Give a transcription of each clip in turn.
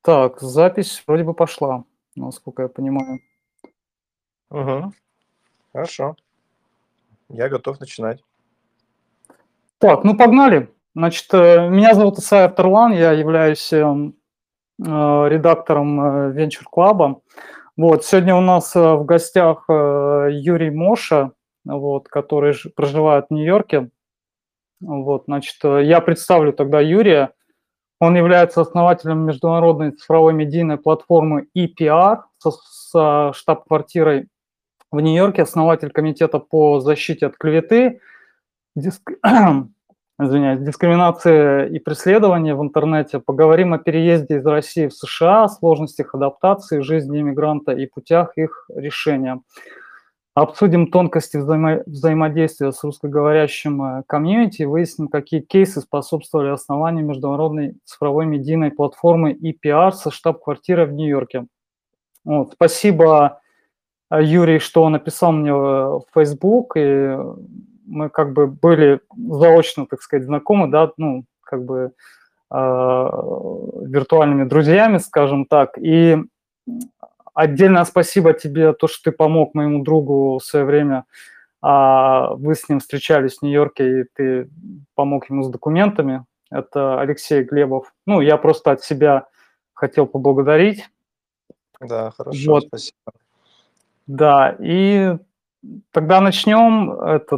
Так, запись вроде бы пошла, насколько я понимаю. Мгм. Хорошо. Я готов начинать. Так, ну погнали. Значит, меня зовут Исаев Тарлан, я являюсь редактором Venture Club. Вот, сегодня у нас в гостях Юрий Моша, вот, который проживает в Нью-Йорке. Вот, значит, я представлю тогда Юрия. Он является основателем международной цифровой медийной платформы EPR со штаб-квартирой в Нью-Йорке, основатель комитета по защите от клеветы, диск... извиняюсь, дискриминации и преследования в интернете. Поговорим о переезде из России в США, сложностях адаптации, жизни иммигранта и путях их решения. Обсудим тонкости взаимодействия с русскоговорящим комьюнити, выясним, какие кейсы способствовали основанию международной цифровой медийной платформы EPR со штаб-квартирой в Нью-Йорке. Вот, спасибо, Юрий, что он написал мне в Facebook, и мы как бы были заочно, так сказать, знакомы, да, ну, как бы виртуальными друзьями, скажем так. И отдельное спасибо тебе, то, что ты помог моему другу в свое время. Вы с ним встречались в Нью-Йорке, и ты помог ему с документами. Это Алексей Глебов. Ну, я просто от себя хотел поблагодарить. Да, хорошо, Вот, спасибо. да, и тогда начнем.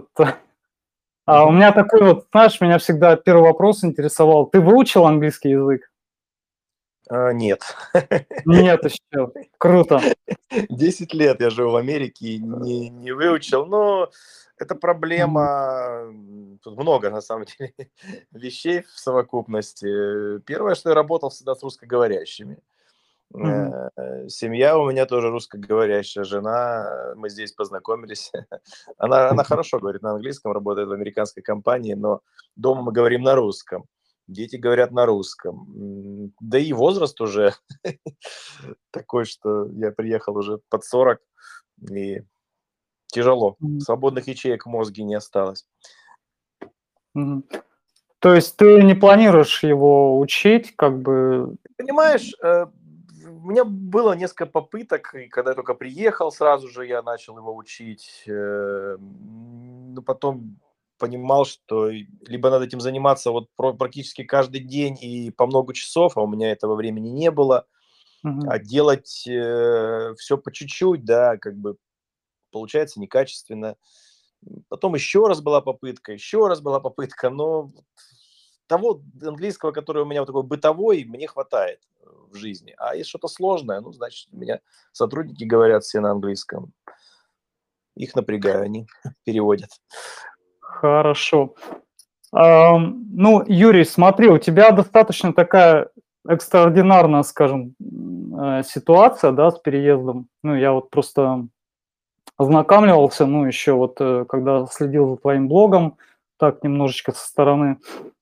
У Мгм. меня такой вот, знаешь, меня всегда первый вопрос интересовал. Ты выучил английский язык? Нет. Нет еще. Круто. 10 лет я живу в Америке и не выучил, но это Мгм. проблема, тут много на самом деле вещей в совокупности. Первое, что я работал всегда с русскоговорящими. Мгм. Семья у меня тоже русскоговорящая, жена, мы здесь познакомились. Она хорошо говорит на английском, работает в американской компании, но дома мы говорим на русском. Дети говорят на русском. Да и возраст уже такой, что я приехал уже под 40, и тяжело. Мгм. Свободных ячеек в мозге не осталось. Мгм. То есть ты не планируешь его учить, как бы? Понимаешь, у меня было несколько попыток, и когда я только приехал, сразу же я начал его учить, но потом понимал, что либо надо этим заниматься вот практически каждый день и по много часов, а у меня этого времени не было, Мгм. а делать все по чуть-чуть, да, как бы получается некачественно. Потом еще раз была попытка, еще раз была попытка, но того английского, который у меня вот такой бытовой, мне хватает в жизни. А если что-то сложное, ну, значит, у меня сотрудники говорят все на английском. Их напрягаю, они переводят. Хорошо. Ну, Юрий, смотри, у тебя достаточно такая экстраординарная, скажем, ситуация, да, с переездом. Ну, я вот просто ознакомливался, ну, еще вот, когда следил за твоим блогом, так немножечко со стороны.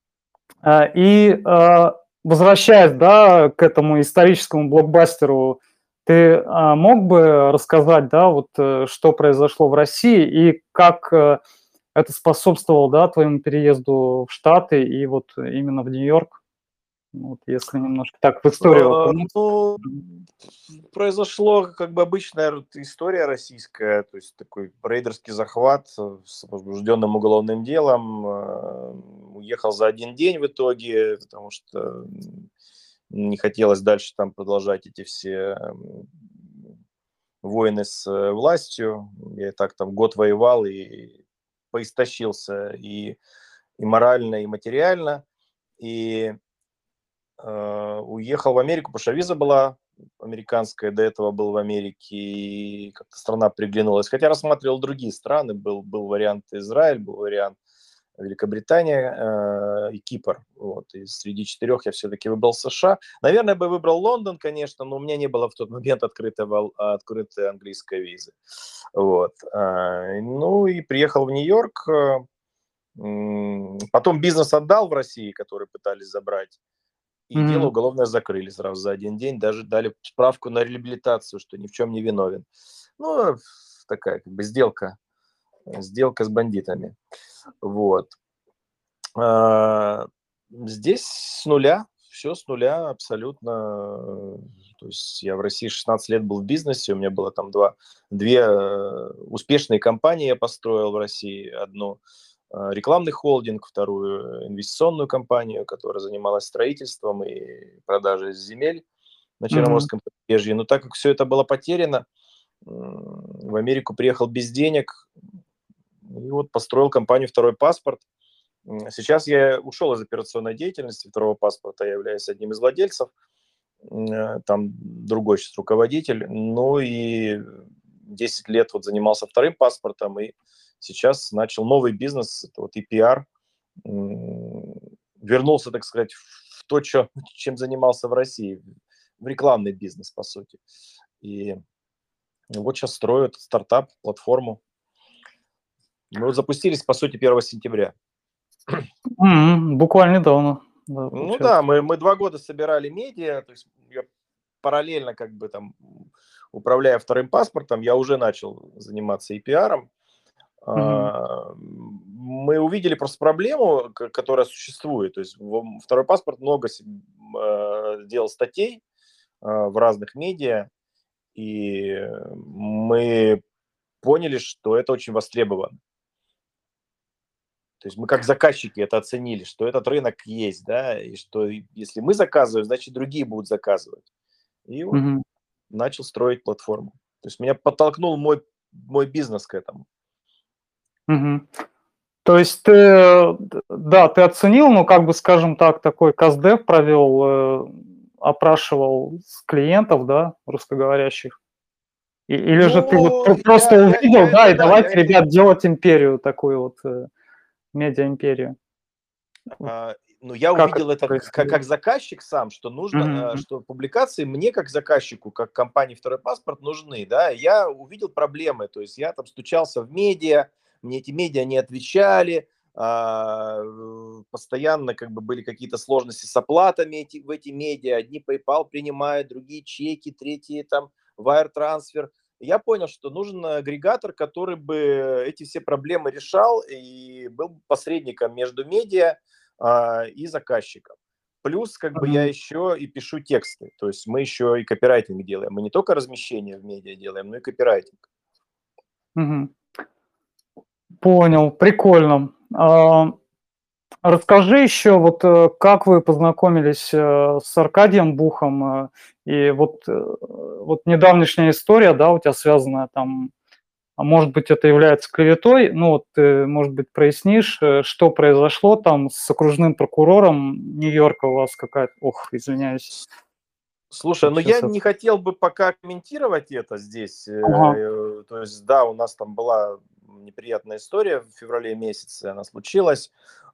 Возвращаясь, да, к этому историческому блокбастеру, ты мог бы рассказать, да, вот что произошло в России и как это способствовало, да, твоему переезду в Штаты и вот именно в Нью-Йорк? Вот если немножко так в историю окунуться. Ну, Мгм. произошло как бы обычная история российская, то есть такой рейдерский захват с возбужденным уголовным делом. Уехал за один день в итоге, потому что не хотелось дальше там продолжать эти все войны с властью. Я и так там год воевал и поистощился и морально, и материально. И уехал в Америку, потому что виза была американская, до этого был в Америке, и как-то страна приглянулась. Хотя рассматривал другие страны, был вариант Израиль, был вариант Великобритания и Кипр. Вот. И среди четырех я все-таки выбрал США. Наверное, бы выбрал Лондон, конечно, но у меня не было в тот момент открытой английской визы. Вот. Ну и приехал в Нью-Йорк. Потом бизнес отдал в России, который пытались забрать. И дело Мгм. уголовное закрыли сразу за один день, даже дали справку на реабилитацию, что ни в чем не виновен. Ну, такая как бы сделка с бандитами. Вот. А, Здесь с нуля все с нуля абсолютно. То есть я в России 16 лет был в бизнесе, у меня было там две успешные компании я построил в России. Одну рекламный холдинг, вторую инвестиционную компанию, которая занималась строительством и продажей земель на Мгм. Черноморском побережье. Но так как все это было потеряно, в Америку приехал без денег и вот построил компанию «Второй паспорт». Сейчас я ушел из операционной деятельности «Второго паспорта», я являюсь одним из владельцев, там другой сейчас руководитель, ну и 10 лет вот занимался «Вторым паспортом», и сейчас начал новый бизнес, это вот EPR, вернулся, так сказать, в то, чем занимался в России, в рекламный бизнес, по сути. И вот сейчас строю этот стартап, платформу. Мы вот запустились, по сути, 1 сентября. Буквально недавно, да, Ну да, получается. мы 2 года собирали медиа, то есть я параллельно как бы там, управляя «Вторым паспортом», я уже начал заниматься и пиаром. Мгм. Мы увидели просто проблему, которая существует. То есть «Второй паспорт» много делал статей в разных медиа, и мы поняли, что это очень востребовано. То есть мы как заказчики это оценили, что этот рынок есть, да, и что если мы заказываем, значит другие будут заказывать. И вот Мгм. начал строить платформу. То есть меня подтолкнул мой бизнес к этому. Мгм. То есть ты, да, ты оценил, ну, как бы, скажем так, такой каздев провел, опрашивал клиентов, да, русскоговорящих? Или же ты вот Ну, просто увидел, я да, это, и да, я давайте, это, ребят, делать империю, такую вот, медиа-империю. Вот ну, я как это увидел это происходило? как заказчик сам, что нужно, Мгм, что публикации мне как заказчику, как компании «Второй паспорт» нужны, да. Я увидел проблемы, то есть я там стучался в медиа, мне эти медиа не отвечали, постоянно как бы были какие-то сложности с оплатами в эти медиа. Одни PayPal принимают, другие чеки, третьи там wire transfer. Я понял, что нужен агрегатор, который бы эти все проблемы решал и был посредником между медиа и заказчиком. Плюс как бы я мгм, еще и пишу тексты, то есть мы еще и копирайтинг делаем. Мы не только размещение в медиа делаем, но и копирайтинг. мгм. Понял, прикольно. Расскажи еще, вот, как вы познакомились, с Аркадием Бухом, и вот недавнешняя история, да, у тебя связанная там, а может быть, это является клеветой, ну, вот ты, может быть, прояснишь, что произошло там с окружным прокурором Нью-Йорка у вас какая-то, ох, извиняюсь, Слушай, что-то ну я сейчас не хотел бы пока комментировать это здесь. Ага, То есть, да, у нас там была неприятная история в феврале месяце, она случилась.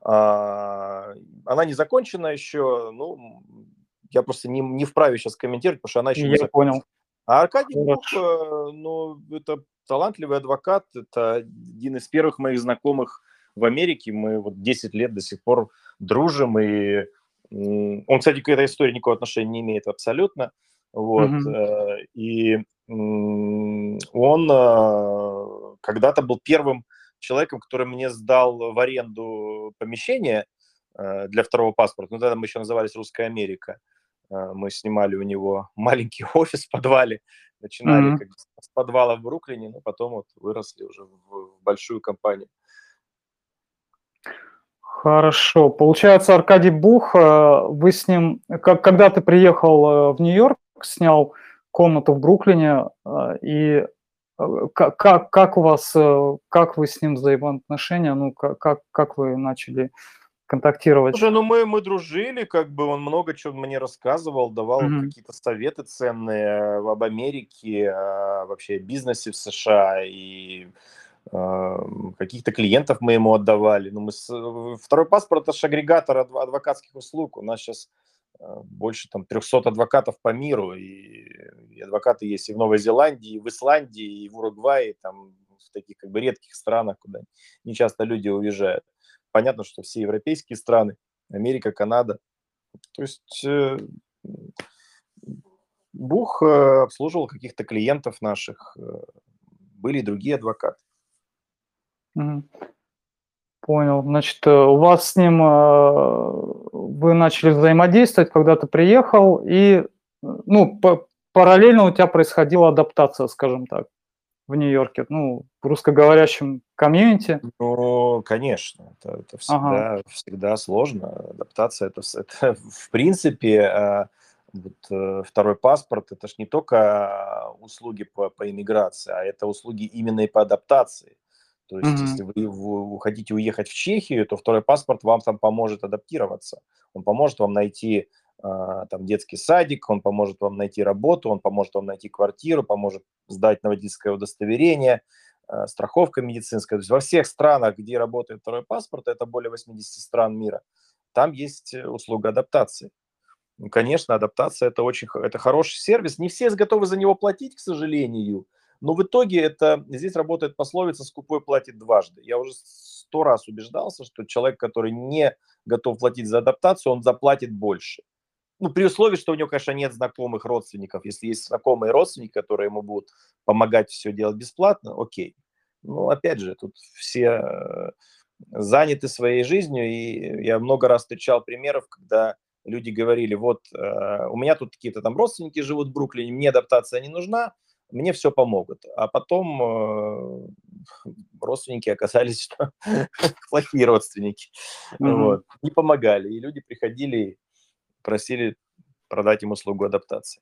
А, Она не закончена еще. Ну, я просто не вправе сейчас комментировать, потому что она еще не я закончена. понял. А Аркадий Бух, Хорошо. ну, это талантливый адвокат, это один из первых моих знакомых в Америке. Мы вот 10 лет до сих пор дружим, и он, кстати, к этой истории никакого отношения не имеет абсолютно. Вот. Мгм, И он когда-то был первым человеком, который мне сдал в аренду помещение для «Второго паспорта». Ну, тогда мы еще назывались «Русская Америка». Мы снимали у него маленький офис в подвале, начинали мгм. как бы с подвала в Бруклине, но потом вот выросли уже в большую компанию. Хорошо. Получается, Аркадий Бух, вы с ним, когда ты приехал в Нью-Йорк, снял комнату в Бруклине, как у вас, как вы с ним взаимоотношения, ну, как вы начали контактировать? Слушай, ну мы дружили, как бы он много чего мне рассказывал, давал Мгм. какие-то советы ценные об Америке, вообще бизнесе в США, и каких-то клиентов мы ему отдавали. Ну, «Второй паспорт» — это же агрегатор адвокатских услуг. У нас сейчас больше там 300 адвокатов по миру, и адвокаты есть и в Новой Зеландии, и в Исландии, и в Уругвае, там, в таких как бы редких странах, куда не часто люди уезжают. Понятно, что все европейские страны, Америка, Канада. То есть Бух обслуживал каких-то клиентов наших, были и другие адвокаты. Мгм. Понял. Значит, у вас с ним, вы начали взаимодействовать, когда ты приехал, и, ну, параллельно у тебя происходила адаптация, скажем так, в Нью-Йорке, ну, в русскоговорящем комьюнити. Ну, конечно, это Ага. всегда сложно. Адаптация это в принципе, вот, второй паспорт это ж не только услуги по иммиграции, а это услуги именно и по адаптации. То есть, Мгм. если вы хотите уехать в Чехию, то второй паспорт вам там поможет адаптироваться. Он поможет вам найти там детский садик, он поможет вам найти работу, он поможет вам найти квартиру, поможет сдать на водительское удостоверение, страховка медицинская. То есть во всех странах, где работает второй паспорт, это более 80 стран мира, там есть услуга адаптации. Ну, конечно, адаптация это хороший сервис. Не все готовы за него платить, к сожалению, но в итоге здесь работает пословица «скупой платит дважды». Я уже 100 раз убеждался, что человек, который не готов платить за адаптацию, он заплатит больше. Ну, при условии, что у него, конечно, нет знакомых родственников. Если есть знакомые родственники, которые ему будут помогать все делать бесплатно, окей. Но опять же, тут все заняты своей жизнью, и я много раз встречал примеров, когда люди говорили, вот у меня тут какие-то там родственники живут в Бруклине, мне адаптация не нужна, мне все помогут. А потом родственники оказались, что плохие родственники. Мгм. Вот. Не помогали. И люди приходили и просили продать им услугу адаптации.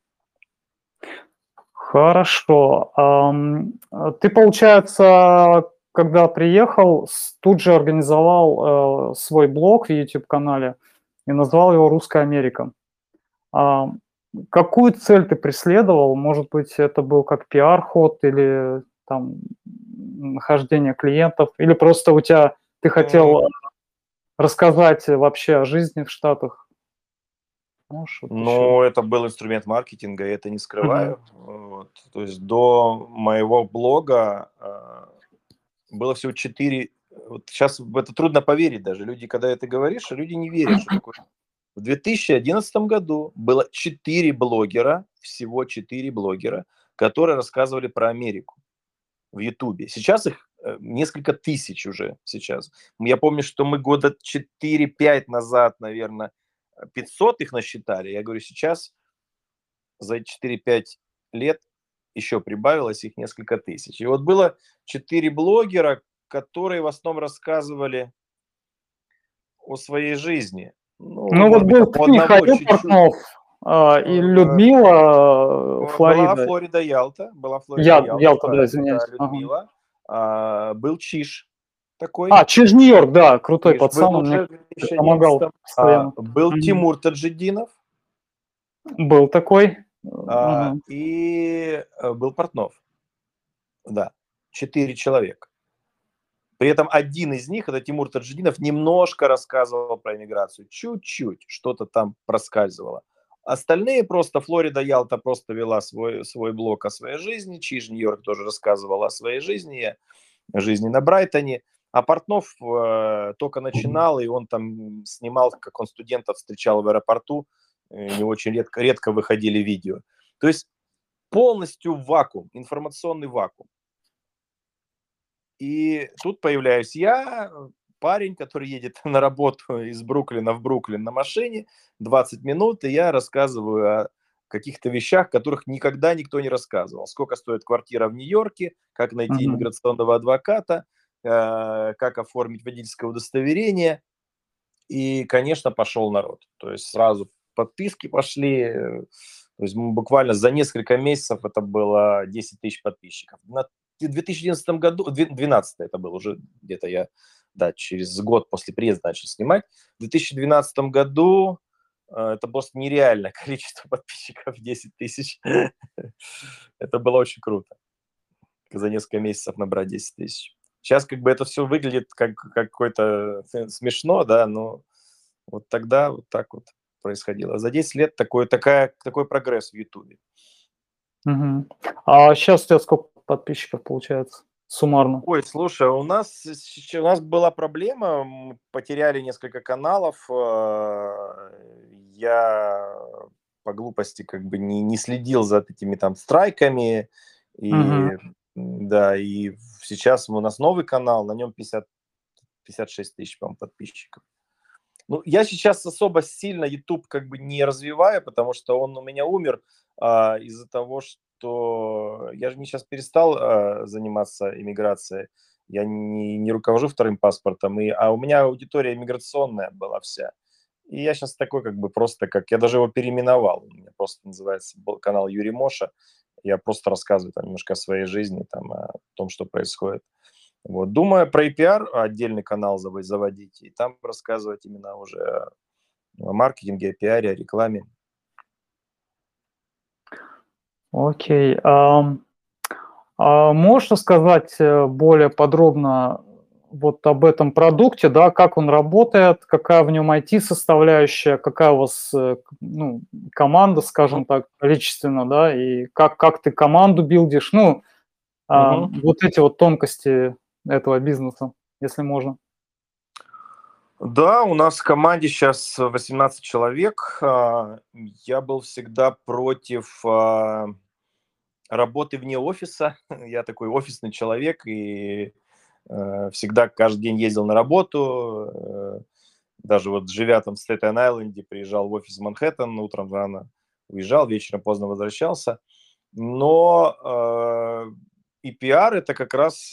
Хорошо. Ты, получается, когда приехал, тут же организовал свой блог в YouTube-канале и назвал его «Русская Америка». А, Какую цель ты преследовал? Может быть, это был как пиар-ход или там нахождение клиентов, или просто ты хотел рассказать вообще о жизни в Штатах? Можешь вот еще? Но это был инструмент маркетинга, я это не Мгм. скрываю. Вот. То есть до моего блога было всего 4. Вот сейчас в это трудно поверить даже. Люди, когда это говоришь, люди не верят, что такое. В 2011 году было 4 блогера, всего 4 блогера, которые рассказывали про Америку в Ютубе. Сейчас их несколько тысяч уже сейчас. Я помню, что мы года 4-5 назад, наверное, 500 их насчитали. Я говорю, сейчас за эти 4-5 лет еще прибавилось их несколько тысяч. И вот было 4 блогера, которые в основном рассказывали о своей жизни. Ну, Ну вот может быть, там был у ты, одного Михаил чуть-чуть. Портнов, и э, Людмила, Была Флорида. Флорида Ялта, была Флорида Ялта, Ялта, да, правильно, да, извиняюсь. Ага. Людмила. Был Чиж такой. Чиж Нью-Йорк, да, крутой Чиж был пацан, он мне уже в помогал 2011. постоянно. Был Мгм. Тимур Таджиддинов, Был такой. Мгм. и был Портнов. Да, 4 человека. При этом один из них, это Тимур Таджидинов, немножко рассказывал про иммиграцию. Чуть-чуть что-то там проскальзывало. Остальные просто, Флорида Ялта просто вела свой блог о своей жизни. Чиж Нью-Йорк тоже рассказывал о своей жизни, жизни на Брайтоне. А Портнов только начинал, и он там снимал, как он студентов встречал в аэропорту. У него очень редко выходили видео. То есть полностью вакуум, информационный вакуум. И тут появляюсь я, парень, который едет на работу из Бруклина в Бруклин на машине, 20 минут, и я рассказываю о каких-то вещах, которых никогда никто не рассказывал. Сколько стоит квартира в Нью-Йорке, как найти Мгм. иммиграционного адвоката, как оформить водительское удостоверение. И, конечно, пошел народ. То есть сразу подписки пошли. То есть буквально за несколько месяцев это было 10 тысяч подписчиков. В 2011 году, 2012 это был уже где-то я, да, через год после приезда начал снимать. В 2012 году это просто нереальное количество подписчиков, 10 тысяч. Это было очень круто. За несколько месяцев набрать 10 тысяч. Сейчас как бы это все выглядит как какой-то смешно, да, но вот тогда вот так вот происходило. За 10 лет такой прогресс в Ютубе. Мгм. А сейчас у тебя сколько подписчиков получается суммарно? Ой, слушай, у нас была проблема, мы потеряли несколько каналов. Я по глупости как бы не следил за этими там страйками. Мгм. И да, и сейчас у нас новый канал, на нем 56 тысяч, по-моему, подписчиков. Ну, я сейчас особо сильно YouTube как бы не развиваю, потому что он у меня умер из-за того, что я же не сейчас перестал заниматься иммиграцией. Я не руковожу вторым паспортом, а у меня аудитория иммиграционная была вся. И я сейчас такой как бы просто как... Я даже его переименовал. У меня просто называется канал Юрий Моша. Я просто рассказываю там немножко о своей жизни, там, о том, что происходит. Вот. Думаю про EPR отдельный канал заводить и там рассказывать именно уже о маркетинге, о пиаре, о рекламе. Окей. Можешь рассказать более подробно вот об этом продукте, да, как он работает, какая в нем IT-составляющая, какая у вас ну, команда, скажем так, количественно, да, и как ты команду билдишь, ну, вот эти вот тонкости этого бизнеса, если можно. Да, у нас в команде сейчас 18 человек. Я был всегда против работы вне офиса. Я такой офисный человек и всегда каждый день ездил на работу. Даже вот живя там в Стейтен-Айленде, приезжал в офис в Манхэттен, утром рано уезжал, вечером поздно возвращался. Но и пиар – это как раз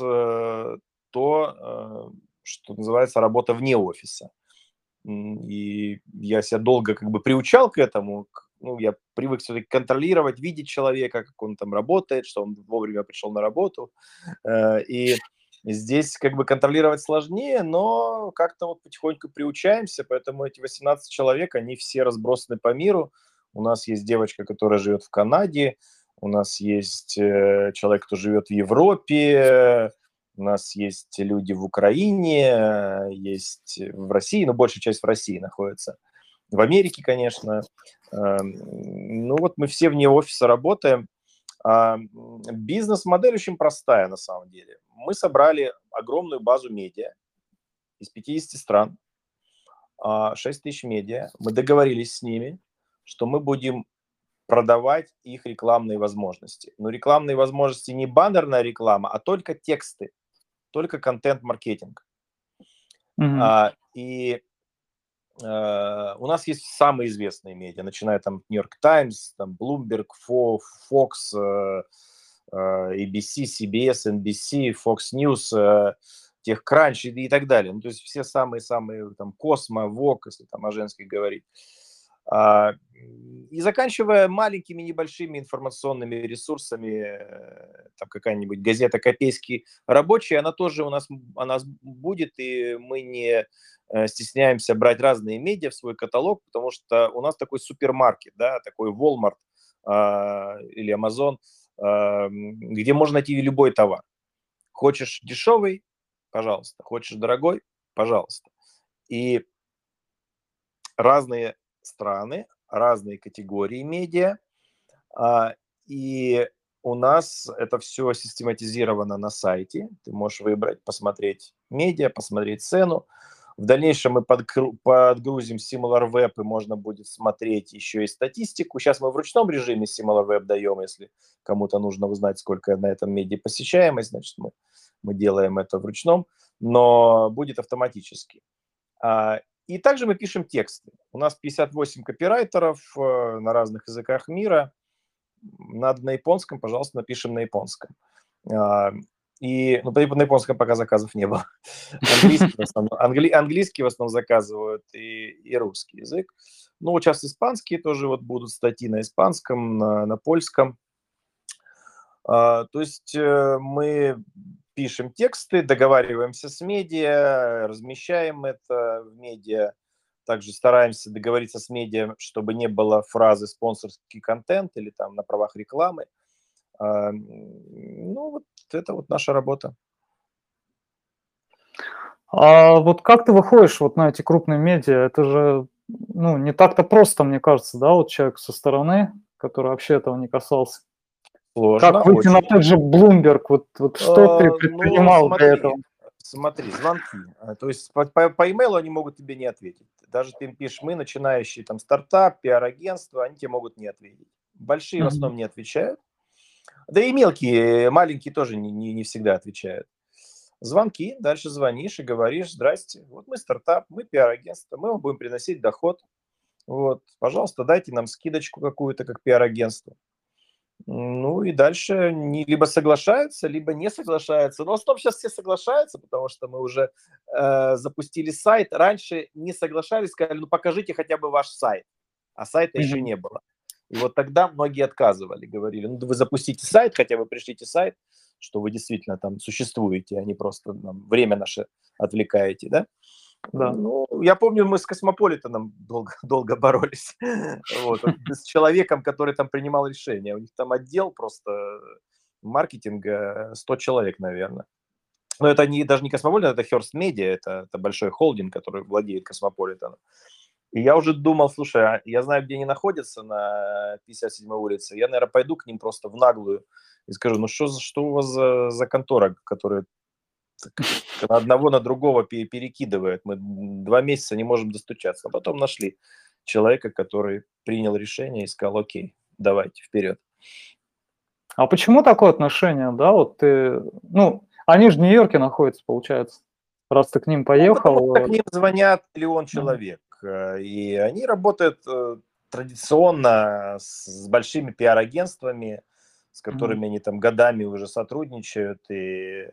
то, что называется работа вне офиса. И я себя долго как бы приучал к этому. Ну, я привык все-таки контролировать, видеть человека, как он там работает, что он вовремя пришел на работу. И здесь как бы контролировать сложнее, но как-то вот потихоньку приучаемся, поэтому эти 18 человек, они все разбросаны по миру. У нас есть девочка, которая живет в Канаде, у нас есть человек, кто живет в Европе, у нас есть люди в Украине, есть в России, но большая часть в России находится. В Америке, конечно. Ну вот мы все вне офиса работаем. Бизнес-модель очень простая на самом деле. Мы собрали огромную базу медиа из 50 стран, 6 тысяч медиа. Мы договорились с ними, что мы будем продавать их рекламные возможности. Но рекламные возможности не баннерная реклама, а только тексты, только контент-маркетинг. И у нас есть самые известные медиа, начиная там Нью-Йорк Таймс, там Bloomberg, Fox, ABC, CBS, NBC, Fox News, TechCrunch и так далее. Ну, то есть все самые-самые, там, Cosmo, Vogue, если там о женских говорить. И заканчивая маленькими небольшими информационными ресурсами, там какая-нибудь газета «Копейский рабочий», она тоже у нас будет, и мы не стесняемся брать разные медиа в свой каталог, потому что у нас такой супермаркет, да, такой Walmart или Amazon, где можно найти любой товар. Хочешь дешевый – пожалуйста. Хочешь дорогой – пожалуйста. И разные страны, разные категории медиа, и у нас это все систематизировано на сайте. Ты можешь выбрать, посмотреть медиа, посмотреть цену. В дальнейшем мы подгрузим SimilarWeb, и можно будет смотреть еще и статистику. Сейчас мы в ручном режиме SimilarWeb даем, если кому-то нужно узнать, сколько на этом медиа посещаемость, значит, мы делаем это в ручном, но будет автоматически. И также мы пишем тексты. У нас 58 копирайтеров на разных языках мира. Надо на японском, пожалуйста, напишем на японском. И на японском пока заказов не было. Английский в основном заказывают и русский язык. Ну, вот сейчас испанские тоже вот будут статьи на испанском, на польском. То есть мы пишем тексты, договариваемся с медиа, размещаем это в медиа. Также стараемся договориться с медиа, чтобы не было фразы «спонсорский контент» или там на правах рекламы. Ну, вот это вот наша работа. А вот как ты выходишь вот на эти крупные медиа? Это же, ну, не так-то просто, мне кажется, да, вот человек со стороны, который вообще этого не касался. Сложно, Как выйти на очень. тот же Bloomberg? Вот что ты Ну, предпринимал для этого? смотри, звонки. То есть по имейлу они могут тебе не ответить. Даже ты им пишешь, мы начинающий там стартап, пиар-агентство, они тебе могут не ответить. Большие в Мгм. основном не отвечают. Да и мелкие, маленькие тоже не всегда отвечают. Звонки, дальше звонишь и говоришь: здрасте, вот мы стартап, мы пиар-агентство, мы вам будем приносить доход. Вот, пожалуйста, дайте нам скидочку какую-то как пиар-агентство. Ну и дальше они либо соглашаются, либо не соглашаются. Но в основном сейчас все соглашаются, потому что мы уже запустили сайт. Раньше не соглашались, сказали: ну покажите хотя бы ваш сайт. А сайта еще Мгм. не было. И вот тогда многие отказывали, говорили: ну вы запустите сайт, хотя бы пришлите сайт, что вы действительно там существуете, а не просто нам время наше отвлекаете, да? Да. Ну, я помню, мы с Космополитеном долго, долго боролись. Вот, с человеком, который там принимал решения. У них там отдел просто маркетинга 100 человек, наверное. Но это не, даже не Космополитен, это Hearst Media, это большой холдинг, который владеет Космополитеном. И я уже думал: слушай, я знаю, где они находятся, на 57-й улице. Я, наверное, пойду к ним просто в наглую и скажу: ну что у вас за контора, которая на одного на другого перекидывает. Мы 2 месяца не можем достучаться. А потом нашли человека, который принял решение и сказал: окей, давайте, вперед. А почему такое отношение, да? Вот ты, ну, они же в Нью-Йорке находятся, получается, раз ты к ним Ну, потому что поехал. к ним звонят миллион Мгм. человек, и они работают традиционно с большими пиар-агентствами, с Мгм. которыми они там годами уже сотрудничают, и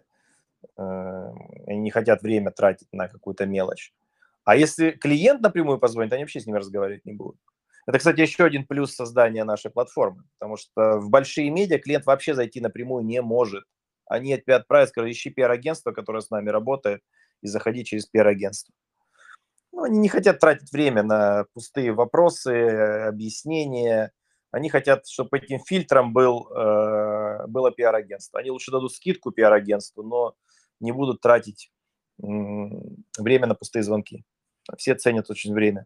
они не хотят время тратить на какую-то мелочь. А если клиент напрямую позвонит, они вообще с ними разговаривать не будут. Это, кстати, еще один плюс создания нашей платформы, потому что в большие медиа клиент вообще зайти напрямую не может. Они от тебя отправят, скажут: ищи пиар-агентство, которое с нами работает, и заходи через пиар-агентство. Ну, они не хотят тратить время на пустые вопросы, объяснения. Они хотят, чтобы этим фильтром было пиар-агентство. Они лучше дадут скидку пиар-агентству, но не будут тратить время на пустые звонки. Все ценят очень время.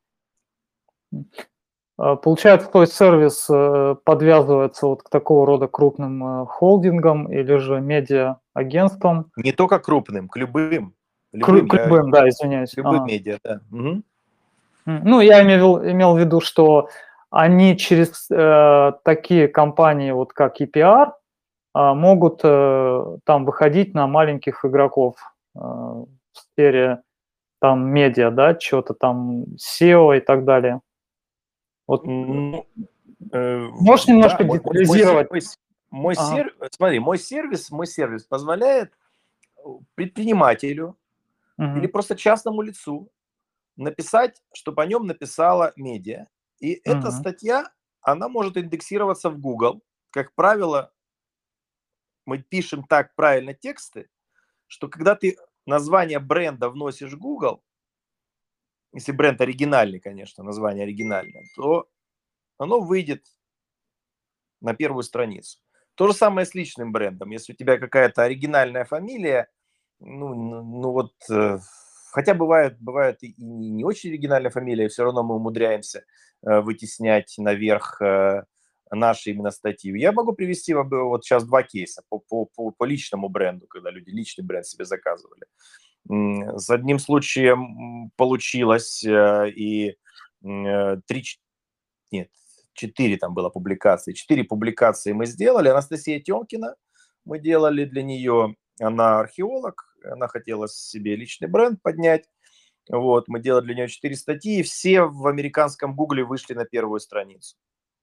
Получается, твой сервис подвязывается вот к такого рода крупным холдингам или же медиа-агентствам, Не только крупным, к любым. к любым, да, извиняюсь. Любым Ага. медиа, да. Мгм. Ну, я имел в виду, что они через такие компании, вот как EPR, могут там выходить на маленьких игроков в сфере там медиа, да, что-то там SEO и так далее. Вот Ну, можешь да, немножко детализировать? Ага. смотри, мой сервис позволяет предпринимателю или Мгм. просто частному лицу написать, чтобы о нем написала медиа. И эта Мгм. статья, она может индексироваться в Google. Как правило, мы пишем так правильно тексты, что когда ты название бренда вносишь в Google, если бренд оригинальный, конечно, название оригинальное, то оно выйдет на первую страницу. То же самое с личным брендом. Если у тебя какая-то оригинальная фамилия, ну вот, хотя бывает и не очень оригинальная фамилия, все равно мы умудряемся вытеснять наверх наши именно статьи. Я могу привести вам вот сейчас 2 кейса по личному бренду, когда люди личный бренд себе заказывали. С одним случаем получилось, и 3, нет, 4 там было публикации. 4 публикации мы сделали. Анастасия Тёмкина, мы делали для нее, она археолог, она хотела себе личный бренд поднять. Вот, мы делали для нее 4 статьи, и все в американском Гугле вышли на первую страницу.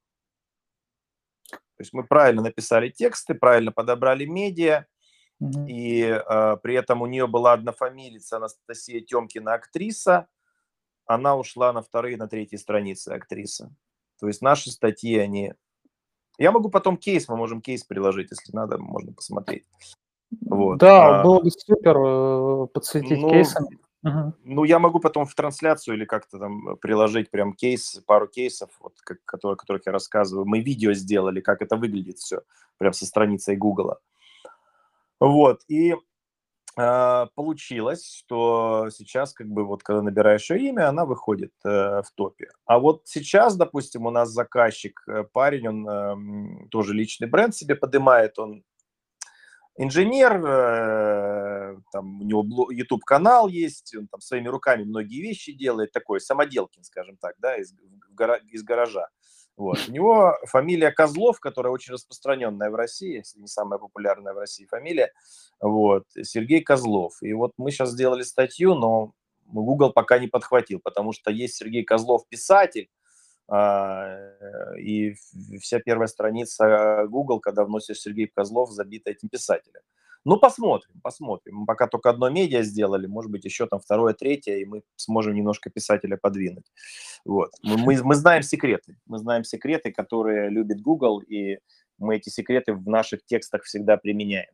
То есть мы правильно написали тексты, правильно подобрали медиа, Мгм. и при этом у нее была однофамилица Анастасия Тёмкина, актриса, она ушла на вторые, на третьи страницы, актриса. То есть наши статьи, они... Я могу потом кейс, мы можем кейс приложить, если надо, можно посмотреть. Вот. Да, было бы супер подсветить Ну, кейсами. Мгм. ну, я могу потом в трансляцию или как-то там приложить прям кейс, пару кейсов, вот, которых я рассказываю. Мы видео сделали, как это выглядит все, прям со страницей Гугла. Вот, и получилось, что сейчас, как бы, вот когда набираешь ее имя, она выходит в топе. А вот сейчас, допустим, у нас заказчик, парень, он тоже личный бренд себе поднимает, он инженер, там у него YouTube-канал есть, он там своими руками многие вещи делает, такой самоделкин, скажем так, да, из гаража. Вот. У него фамилия Козлов, которая очень распространенная в России, если не самая популярная в России фамилия. Вот. Сергей Козлов. И вот мы сейчас сделали статью, но Google пока не подхватил, потому что есть Сергей Козлов писатель, и вся первая страница Google, когда вносишь Сергей Козлов, забита этим писателем. Ну, посмотрим, посмотрим. Мы пока только одно медиа сделали, может быть, еще там второе, третье, и мы сможем немножко писателя подвинуть. Вот. Мы знаем секреты, которые любит Google, и мы эти секреты в наших текстах всегда применяем.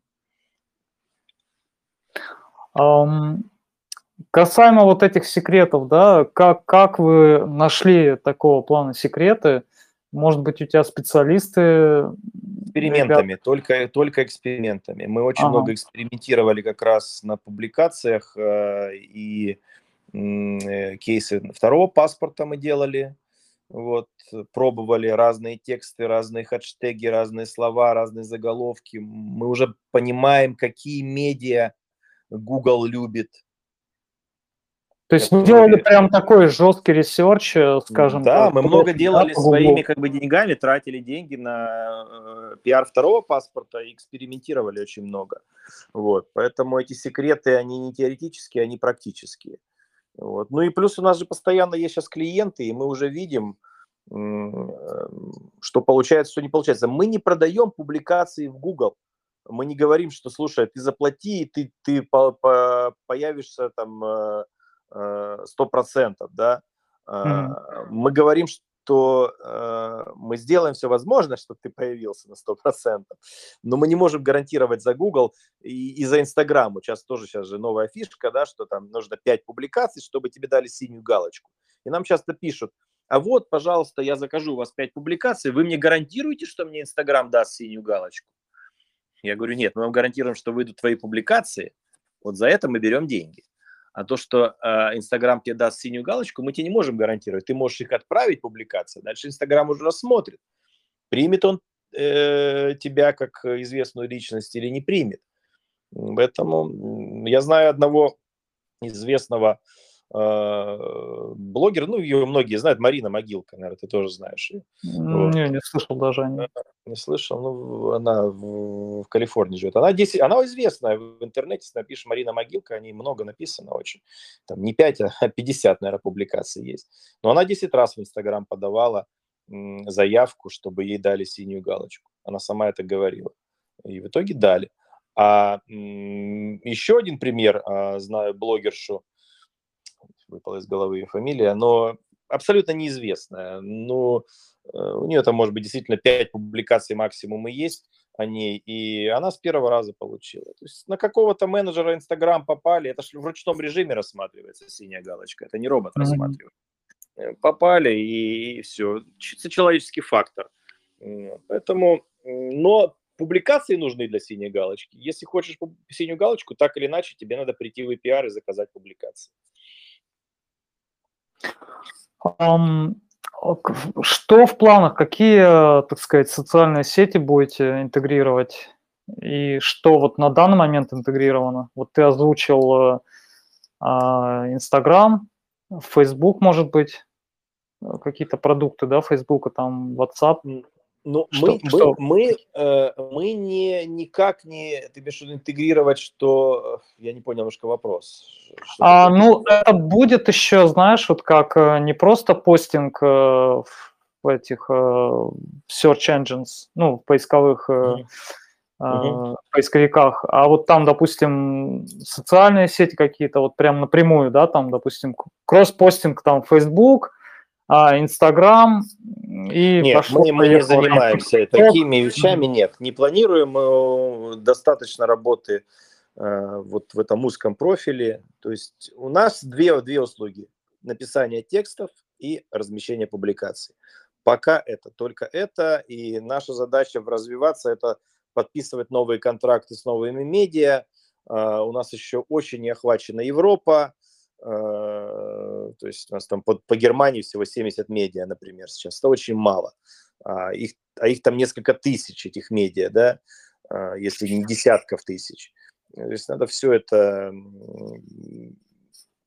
Касаемо вот этих секретов, да, как вы нашли такого плана секреты? Может быть, у тебя специалисты, ребят? Экспериментами, только экспериментами. Мы очень Ага. много экспериментировали как раз на публикациях, и кейсы второго паспорта мы делали. Вот, пробовали разные тексты, разные хэштеги, разные слова, разные заголовки. Мы уже понимаем, какие медиа Google любит, То есть вы делали которые... прям такой жесткий ресерч, скажем Да, так, мы много профиль, да, делали по своими Гуглу? как бы деньгами, тратили деньги на пиар второго паспорта и экспериментировали очень много. Вот, поэтому эти секреты, они не теоретические, они практические. Вот. Ну и плюс у нас же постоянно есть сейчас клиенты, и мы уже видим, что получается, что не получается. Мы не продаем публикации в Google. Мы не говорим, что, слушай, ты заплати, и ты появишься там 100%, да. Мгм. Мы говорим, что мы сделаем все возможное, чтобы ты появился на 100%, но мы не можем гарантировать за Google и за Инстаграм. Сейчас же новая фишка, да, что там нужно 5 публикаций, чтобы тебе дали синюю галочку. И нам часто пишут, а вот, пожалуйста, я закажу у вас 5 публикаций, вы мне гарантируете, что мне Инстаграм даст синюю галочку? Я говорю, нет, мы вам гарантируем, что выйдут твои публикации, вот за это мы берем деньги. А то, что Инстаграм тебе даст синюю галочку, мы тебе не можем гарантировать. Ты можешь их отправить, публикации, дальше Инстаграм уже рассмотрит, примет он тебя как известную личность или не примет. Поэтому я знаю одного известного блогера, ну, ее многие знают, Марина Могилка, наверное, ты тоже знаешь. Вот. Не слышал даже о ней. Не слышал, ну, она в Калифорнии живет. Она известная в интернете, если напишешь Марина Могилка, о ней много написано очень. Там не 5, а 50, наверное, публикаций есть. Но она 10 раз в Инстаграм подавала заявку, чтобы ей дали синюю галочку. Она сама это говорила. И в итоге дали. Еще один пример, знаю блогершу, выпала из головы ее фамилия, но абсолютно неизвестная. Ну, у нее там, может быть, действительно 5 публикаций максимум и есть о ней, и она с первого раза получила. То есть на какого-то менеджера Инстаграм попали, это же в ручном режиме рассматривается синяя галочка, это не робот Мгм. рассматривает. Попали, и все. Чисто человеческий фактор. Поэтому, но публикации нужны для синей галочки. Если хочешь синюю галочку, так или иначе, тебе надо прийти в APR и заказать публикации. Ам, Что в планах? Какие, так сказать, социальные сети будете интегрировать? И что вот на данный момент интегрировано? Вот ты озвучил Инстаграм, Фейсбук, может быть, какие-то продукты, да, Фейсбука, там, WhatsApp. Ну, Что, что? мы никак не, ты имеешь в виду интегрировать, что, я не понял немножко вопрос, что такое Ну, интегрировать? это будет еще, знаешь, вот как не просто постинг в этих search engines, ну, в поисковых Мгм. Мгм. поисковиках, а вот там, допустим, социальные сети какие-то, вот прям напрямую, да, там, допустим, кросс-постинг, там, Facebook, Инстаграм, и Нет, мы не пошло-поехало, там, занимаемся TikTok. такими вещами, Мгм. нет, не планируем, достаточно работы вот в этом узком профиле, то есть у нас две услуги: написание текстов и размещение публикаций. Пока это только это, и наша задача развиваться — это подписывать новые контракты с новыми медиа. У нас еще очень не охвачена Европа, то есть у нас там по Германии всего 70 медиа, например, сейчас. Это очень мало. Их там несколько тысяч, этих медиа, да, если не десятков тысяч. То есть надо все это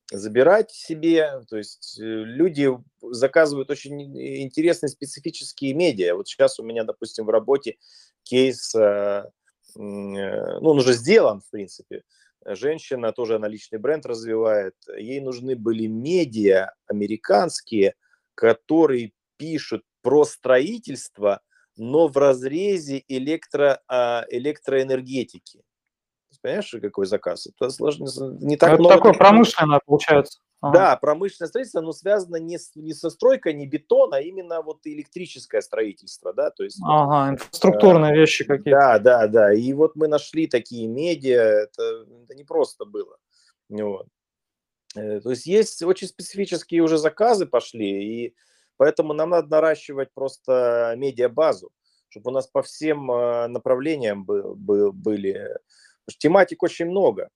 забирать себе. То есть люди заказывают очень интересные специфические медиа. Вот сейчас у меня, допустим, в работе кейс, ну, он уже сделан, в принципе. Женщина тоже, она личный бренд развивает. Ей нужны были медиа американские, которые пишут про строительство, но в разрезе электроэнергетики. Понимаешь, какой заказ? Это сложно, не так Это много такое таких. промышленное получается. Ага. Да, промышленное строительство, оно связано не со стройкой, не бетон, а именно вот электрическое строительство, да, то есть вот, Ага, инфраструктурные вещи какие-то. да, да, да, и вот мы нашли такие медиа, это не просто было, вот. То есть очень специфические уже заказы пошли, и поэтому нам надо наращивать просто медиабазу, чтобы у нас по всем направлениям были, потому что тематик очень много.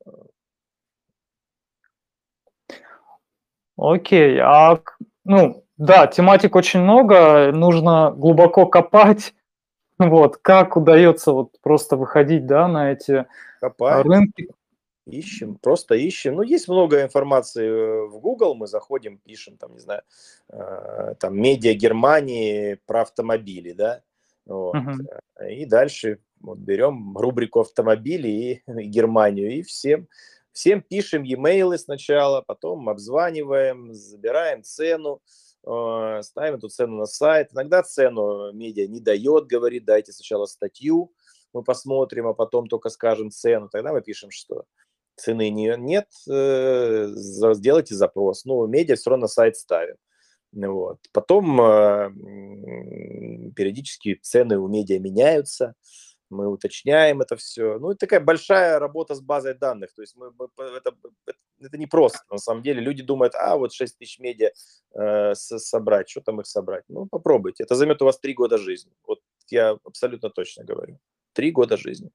Окей, ну, да, тематик очень много, нужно глубоко копать. Вот, как удается вот просто выходить, да, на эти Копаем. рынки? Ищем, просто ищем. Ну, есть много информации в Google, мы заходим, пишем, там, не знаю, там, медиа Германии про автомобили, да, вот. Мгм. И дальше вот, берем рубрику автомобили и Германию, и всем пишем e-mail сначала, потом обзваниваем, забираем цену, ставим эту цену на сайт. Иногда цену медиа не дает, говорит, дайте сначала статью, мы посмотрим, а потом только скажем цену. Тогда мы пишем, что цены нет, сделайте запрос. Ну, медиа все равно на сайт ставим. Вот. Потом периодически цены у медиа меняются, мы уточняем это все. Ну, это такая большая работа с базой данных. То есть это не просто. На самом деле люди думают, вот 6 тысяч медиа собрать, что там их собрать? Ну, попробуйте. Это займет у вас 3 года жизни. Вот я абсолютно точно говорю. 3 года жизни.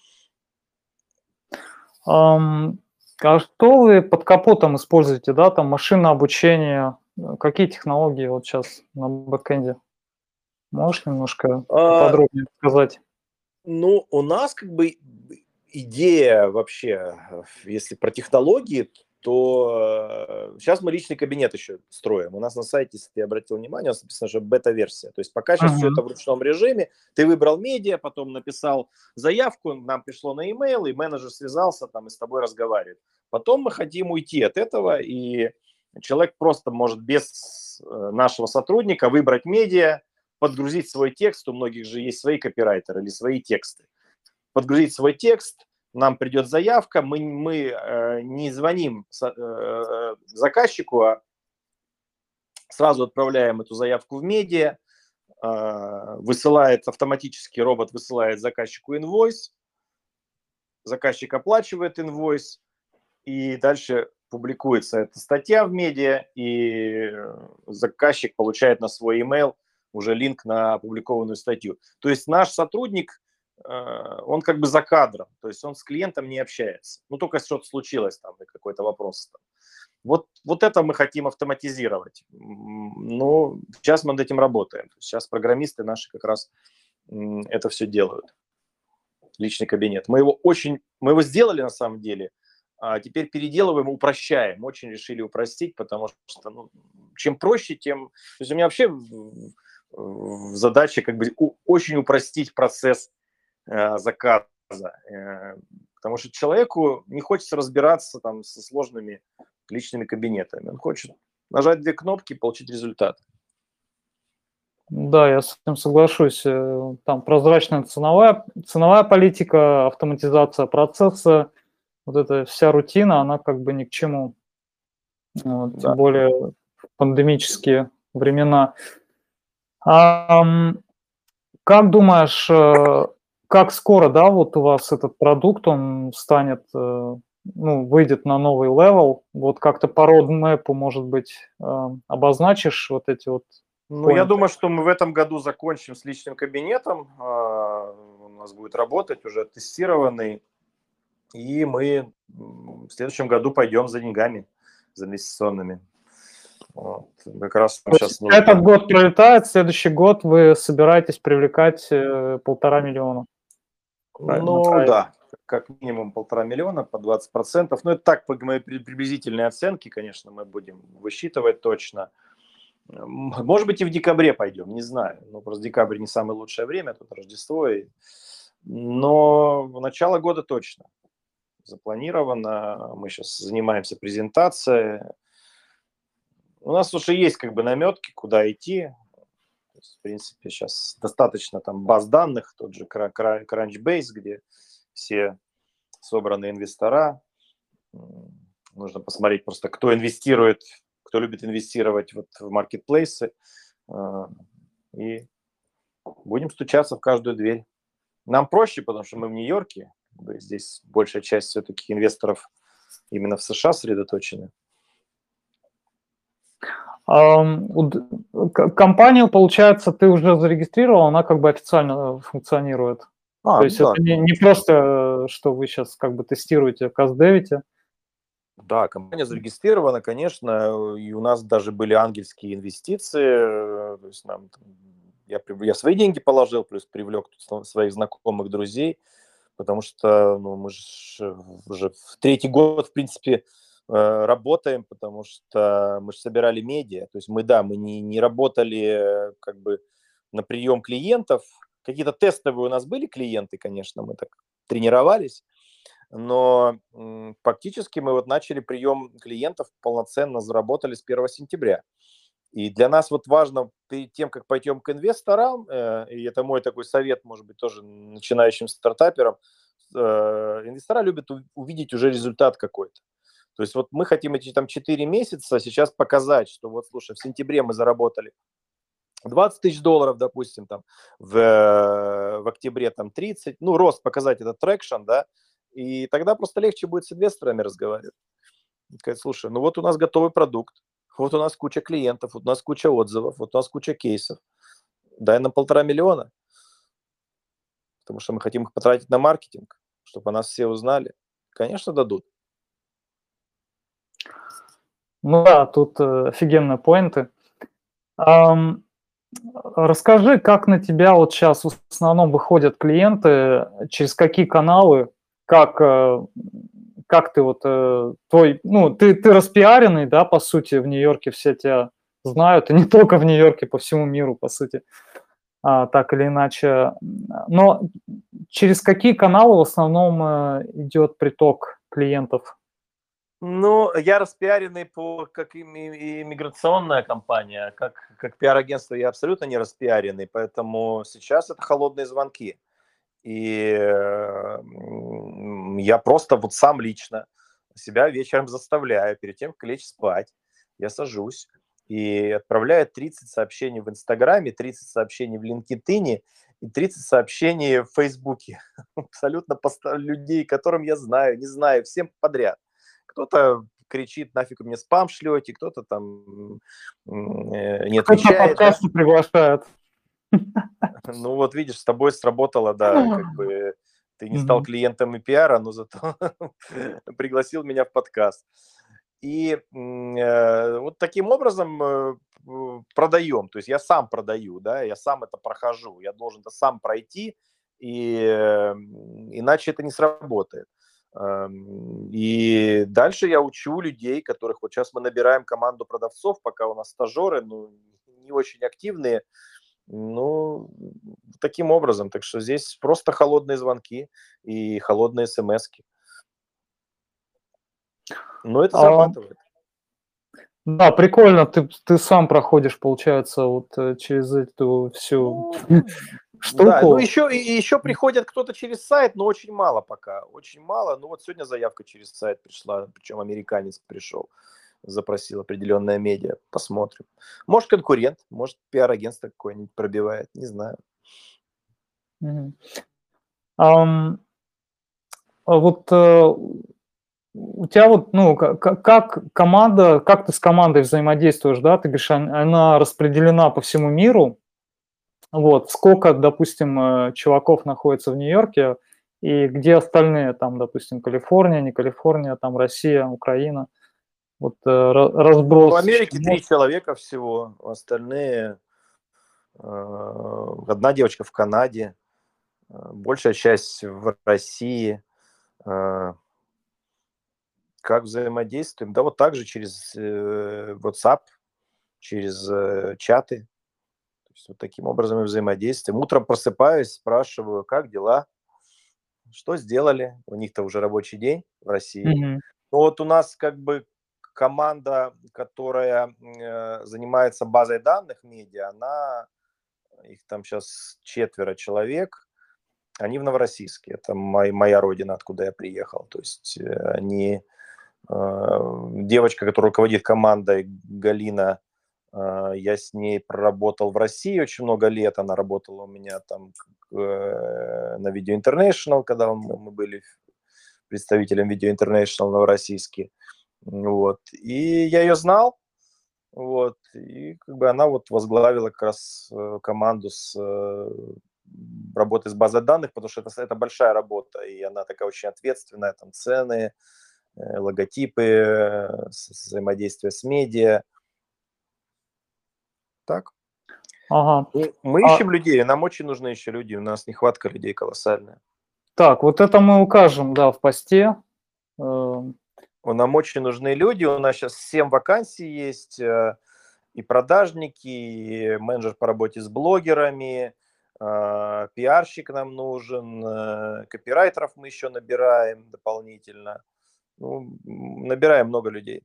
А что вы под капотом используете, да, там машинное обучение, какие технологии вот сейчас на бэкэнде? Можешь немножко поподробнее сказать? Ну, у нас как бы идея вообще, если про технологии, то сейчас мы личный кабинет еще строим. У нас на сайте, если ты обратил внимание, у нас написано, что бета-версия. То есть пока сейчас все Мгм. это в ручном режиме. Ты выбрал медиа, потом написал заявку, нам пришло на e-mail, и менеджер связался там и с тобой разговаривает. Потом мы хотим уйти от этого, и человек просто может без нашего сотрудника выбрать медиа, подгрузить свой текст, у многих же есть свои копирайтеры или свои тексты, подгрузить свой текст, нам придет заявка, мы не звоним заказчику, а сразу отправляем эту заявку в медиа, высылает автоматически, робот высылает заказчику инвойс, заказчик оплачивает инвойс, и дальше публикуется эта статья в медиа, и заказчик получает на свой email уже линк на опубликованную статью. То есть наш сотрудник, он как бы за кадром, то есть он с клиентом не общается. Ну, только что-то случилось там, какой-то вопрос. Там. Вот это мы хотим автоматизировать. Ну, сейчас мы над этим работаем. Сейчас программисты наши как раз это все делают. Личный кабинет. Мы его сделали на самом деле, а теперь переделываем, упрощаем. Очень решили упростить, потому что чем проще, тем... То есть у меня вообще задача как бы очень упростить процесс заказа. Потому что человеку не хочется разбираться там со сложными личными кабинетами. Он хочет нажать 2 кнопки и получить результат. Да, я с этим соглашусь. Там прозрачная ценовая политика, автоматизация процесса, вот эта вся рутина, она как бы ни к чему. Вот, Да. тем более в пандемические времена. Как думаешь, как скоро, да, вот у вас этот продукт, он станет, выйдет на новый левел? Вот как-то по родмэпу, может быть, обозначишь вот эти вот Ну, я поинты? думаю, что мы в этом году закончим с личным кабинетом. У нас будет работать уже тестированный. И мы в следующем году пойдем за деньгами, за инвестиционными. Вот. Как раз То сейчас есть этот год пролетает, следующий год вы собираетесь привлекать 1,5 миллиона. Правильно? Ну, да. как минимум 1,5 миллиона по 20%. Ну, это так, по моей приблизительной оценке, конечно, мы будем высчитывать точно. Может быть, и в декабре пойдем, не знаю. Ну, просто декабрь не самое лучшее время, тут Рождество. Но в начало года точно запланировано. Мы сейчас занимаемся презентацией. У нас уже есть как бы наметки, куда идти. То есть, в принципе, сейчас достаточно там баз данных, тот же Crunchbase, где все собраны инвестора. Нужно посмотреть просто, кто инвестирует, кто любит инвестировать вот в маркетплейсы. И будем стучаться в каждую дверь. Нам проще, потому что мы в Нью-Йорке. Здесь большая часть все-таки инвесторов именно в США сосредоточены. Компанию, получается, ты уже зарегистрировал, она как бы официально функционирует. То есть да. это не просто, что вы сейчас как бы тестируете, каздевите. Да, компания зарегистрирована, конечно, и у нас даже были ангельские инвестиции. То есть я свои деньги положил, плюс привлек своих знакомых, друзей, потому что мы же уже в третий год, в принципе, работаем, потому что мы же собирали медиа. То есть мы не работали как бы на прием клиентов. Какие-то тестовые у нас были клиенты, конечно, мы так тренировались. Но фактически мы вот начали прием клиентов полноценно, заработали с 1 сентября. И для нас вот важно перед тем, как пойдем к инвесторам, и это мой такой совет, может быть, тоже начинающим стартаперам, инвестора любят увидеть уже результат какой-то. То есть вот мы хотим эти там 4 месяца сейчас показать, что вот, слушай, в сентябре мы заработали 20 тысяч долларов, допустим, там, в октябре там 30, рост показать этот трекшн, да, и тогда просто легче будет с инвесторами разговаривать. Сказать, слушай, вот у нас готовый продукт, вот у нас куча клиентов, вот у нас куча отзывов, вот у нас куча кейсов. Дай нам 1,5 миллиона, потому что мы хотим их потратить на маркетинг, чтобы о нас все узнали. Конечно, дадут. Ну да, тут офигенные поинты. Расскажи, как на тебя вот сейчас в основном выходят клиенты, через какие каналы, как ты вот ты распиаренный, да, по сути, в Нью-Йорке все тебя знают, и не только в Нью-Йорке, по всему миру, по сути, так или иначе. Но через какие каналы в основном идет приток клиентов? Я распиаренный как иммиграционная компания, как пиар-агентство я абсолютно не распиаренный, поэтому сейчас это холодные звонки. И я просто вот сам лично себя вечером заставляю, перед тем, как лечь спать, я сажусь и отправляю 30 сообщений в Инстаграме, 30 сообщений в LinkedIn и 30 сообщений в Фейсбуке. Абсолютно людей, которым я знаю, не знаю, всем подряд. Кто-то кричит, нафиг вы мне спам шлете, кто-то там не отвечает. Кто-то подкасты приглашает. Вот видишь, с тобой сработало, да, как бы ты не стал клиентом и пиара, но зато пригласил меня в подкаст. И вот таким образом продаем, то есть я сам продаю, да, я сам это прохожу, я должен это сам пройти, и иначе это не сработает. И дальше я учу людей, которых вот сейчас мы набираем команду продавцов, пока у нас стажеры, не очень активные, таким образом. Так что здесь просто холодные звонки и холодные смс-ки. Но это зарабатывает. Да, прикольно, ты сам проходишь, получается, вот через эту всю штуку. Да, еще приходят кто-то через сайт, но очень мало пока, очень мало. Вот сегодня заявка через сайт пришла, причем американец пришел, запросил определенное медиа, посмотрим. Может конкурент, может пиар-агентство какое-нибудь пробивает, не знаю. Вот у тебя вот, как команда, как ты с командой взаимодействуешь, да? Ты говоришь, она распределена по всему миру. Вот, сколько, допустим, чуваков находится в Нью-Йорке, и где остальные, там, допустим, Калифорния, не Калифорния, там, Россия, Украина. Вот разброс. В Америке 3 человека всего, остальные, одна девочка в Канаде, большая часть в России. Как взаимодействуем? Да вот так же через WhatsApp, через чаты. То есть вот таким образом и взаимодействуем. Утром просыпаюсь, спрашиваю, как дела, что сделали. У них-то уже рабочий день в России. Мгм. Ну вот у нас как бы команда, которая занимается базой данных медиа, их там сейчас 4 человек, они в Новороссийске. Это моя родина, откуда я приехал. То есть девочка, которая руководит командой, Галина, я с ней проработал в России очень много лет. Она работала у меня там на Video International, когда мы были представителем Video International новороссийске. Вот. И я ее знал. Вот. И как бы она вот возглавила как раз команду с работы с базой данных, потому что это большая работа, и она такая очень ответственная, там цены, логотипы, взаимодействие с медиа. Так. Ага. Мы А, ищем людей, нам очень нужны еще люди, у нас нехватка людей колоссальная. так, вот это мы укажем, да, в посте. Э, Нам очень нужны люди, у нас сейчас 7 вакансий есть, и продажники, и менеджер по работе с блогерами, пиарщик нам нужен, копирайтеров мы еще набираем дополнительно. Ну, набираем много людей.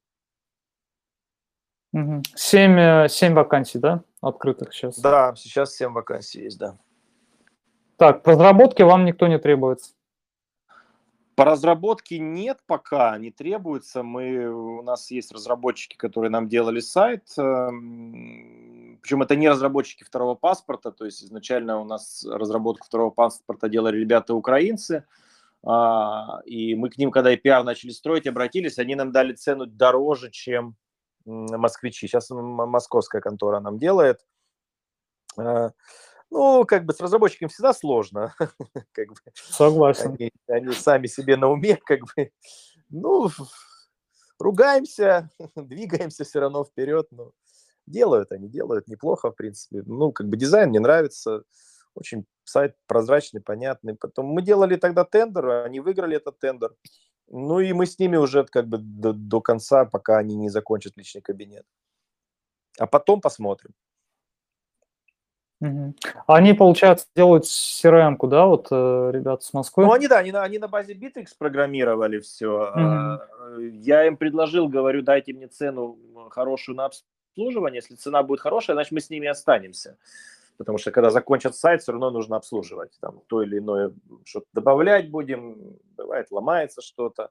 мгм. 7 вакансий, да, открытых сейчас? Да, сейчас 7 вакансий есть, да. Так, по разработке вам никто не требуется? По разработке нет пока, не требуется. У нас есть разработчики, которые нам делали сайт. Причем это не разработчики второго паспорта, то есть изначально у нас разработку второго паспорта делали ребята украинцы. И мы к ним, когда IPR начали строить, обратились, они нам дали цену дороже, чем москвичи. Сейчас московская контора нам делает. Ну, как бы с разработчиками всегда сложно. Как бы Согласен. они сами себе на уме, как бы. Ну, ругаемся, двигаемся все равно вперед. Но делают они, делают неплохо, в принципе. Ну, как бы дизайн мне нравится. Очень сайт прозрачный, понятный. Потом мы делали тогда тендер, они выиграли этот тендер. Ну и мы с ними уже как бы до конца, пока они не закончат личный кабинет. А потом посмотрим. Мгм. Они, получается, делают CRM-ку, да, вот ребята с Москвы? Ну, они на базе Bittrex программировали все. Мгм. Я им предложил, говорю, дайте мне цену хорошую на обслуживание. Если цена будет хорошая, значит, мы с ними останемся. Потому что, когда закончат сайт, все равно нужно обслуживать. Там то или иное что-то добавлять будем. Бывает, ломается что-то.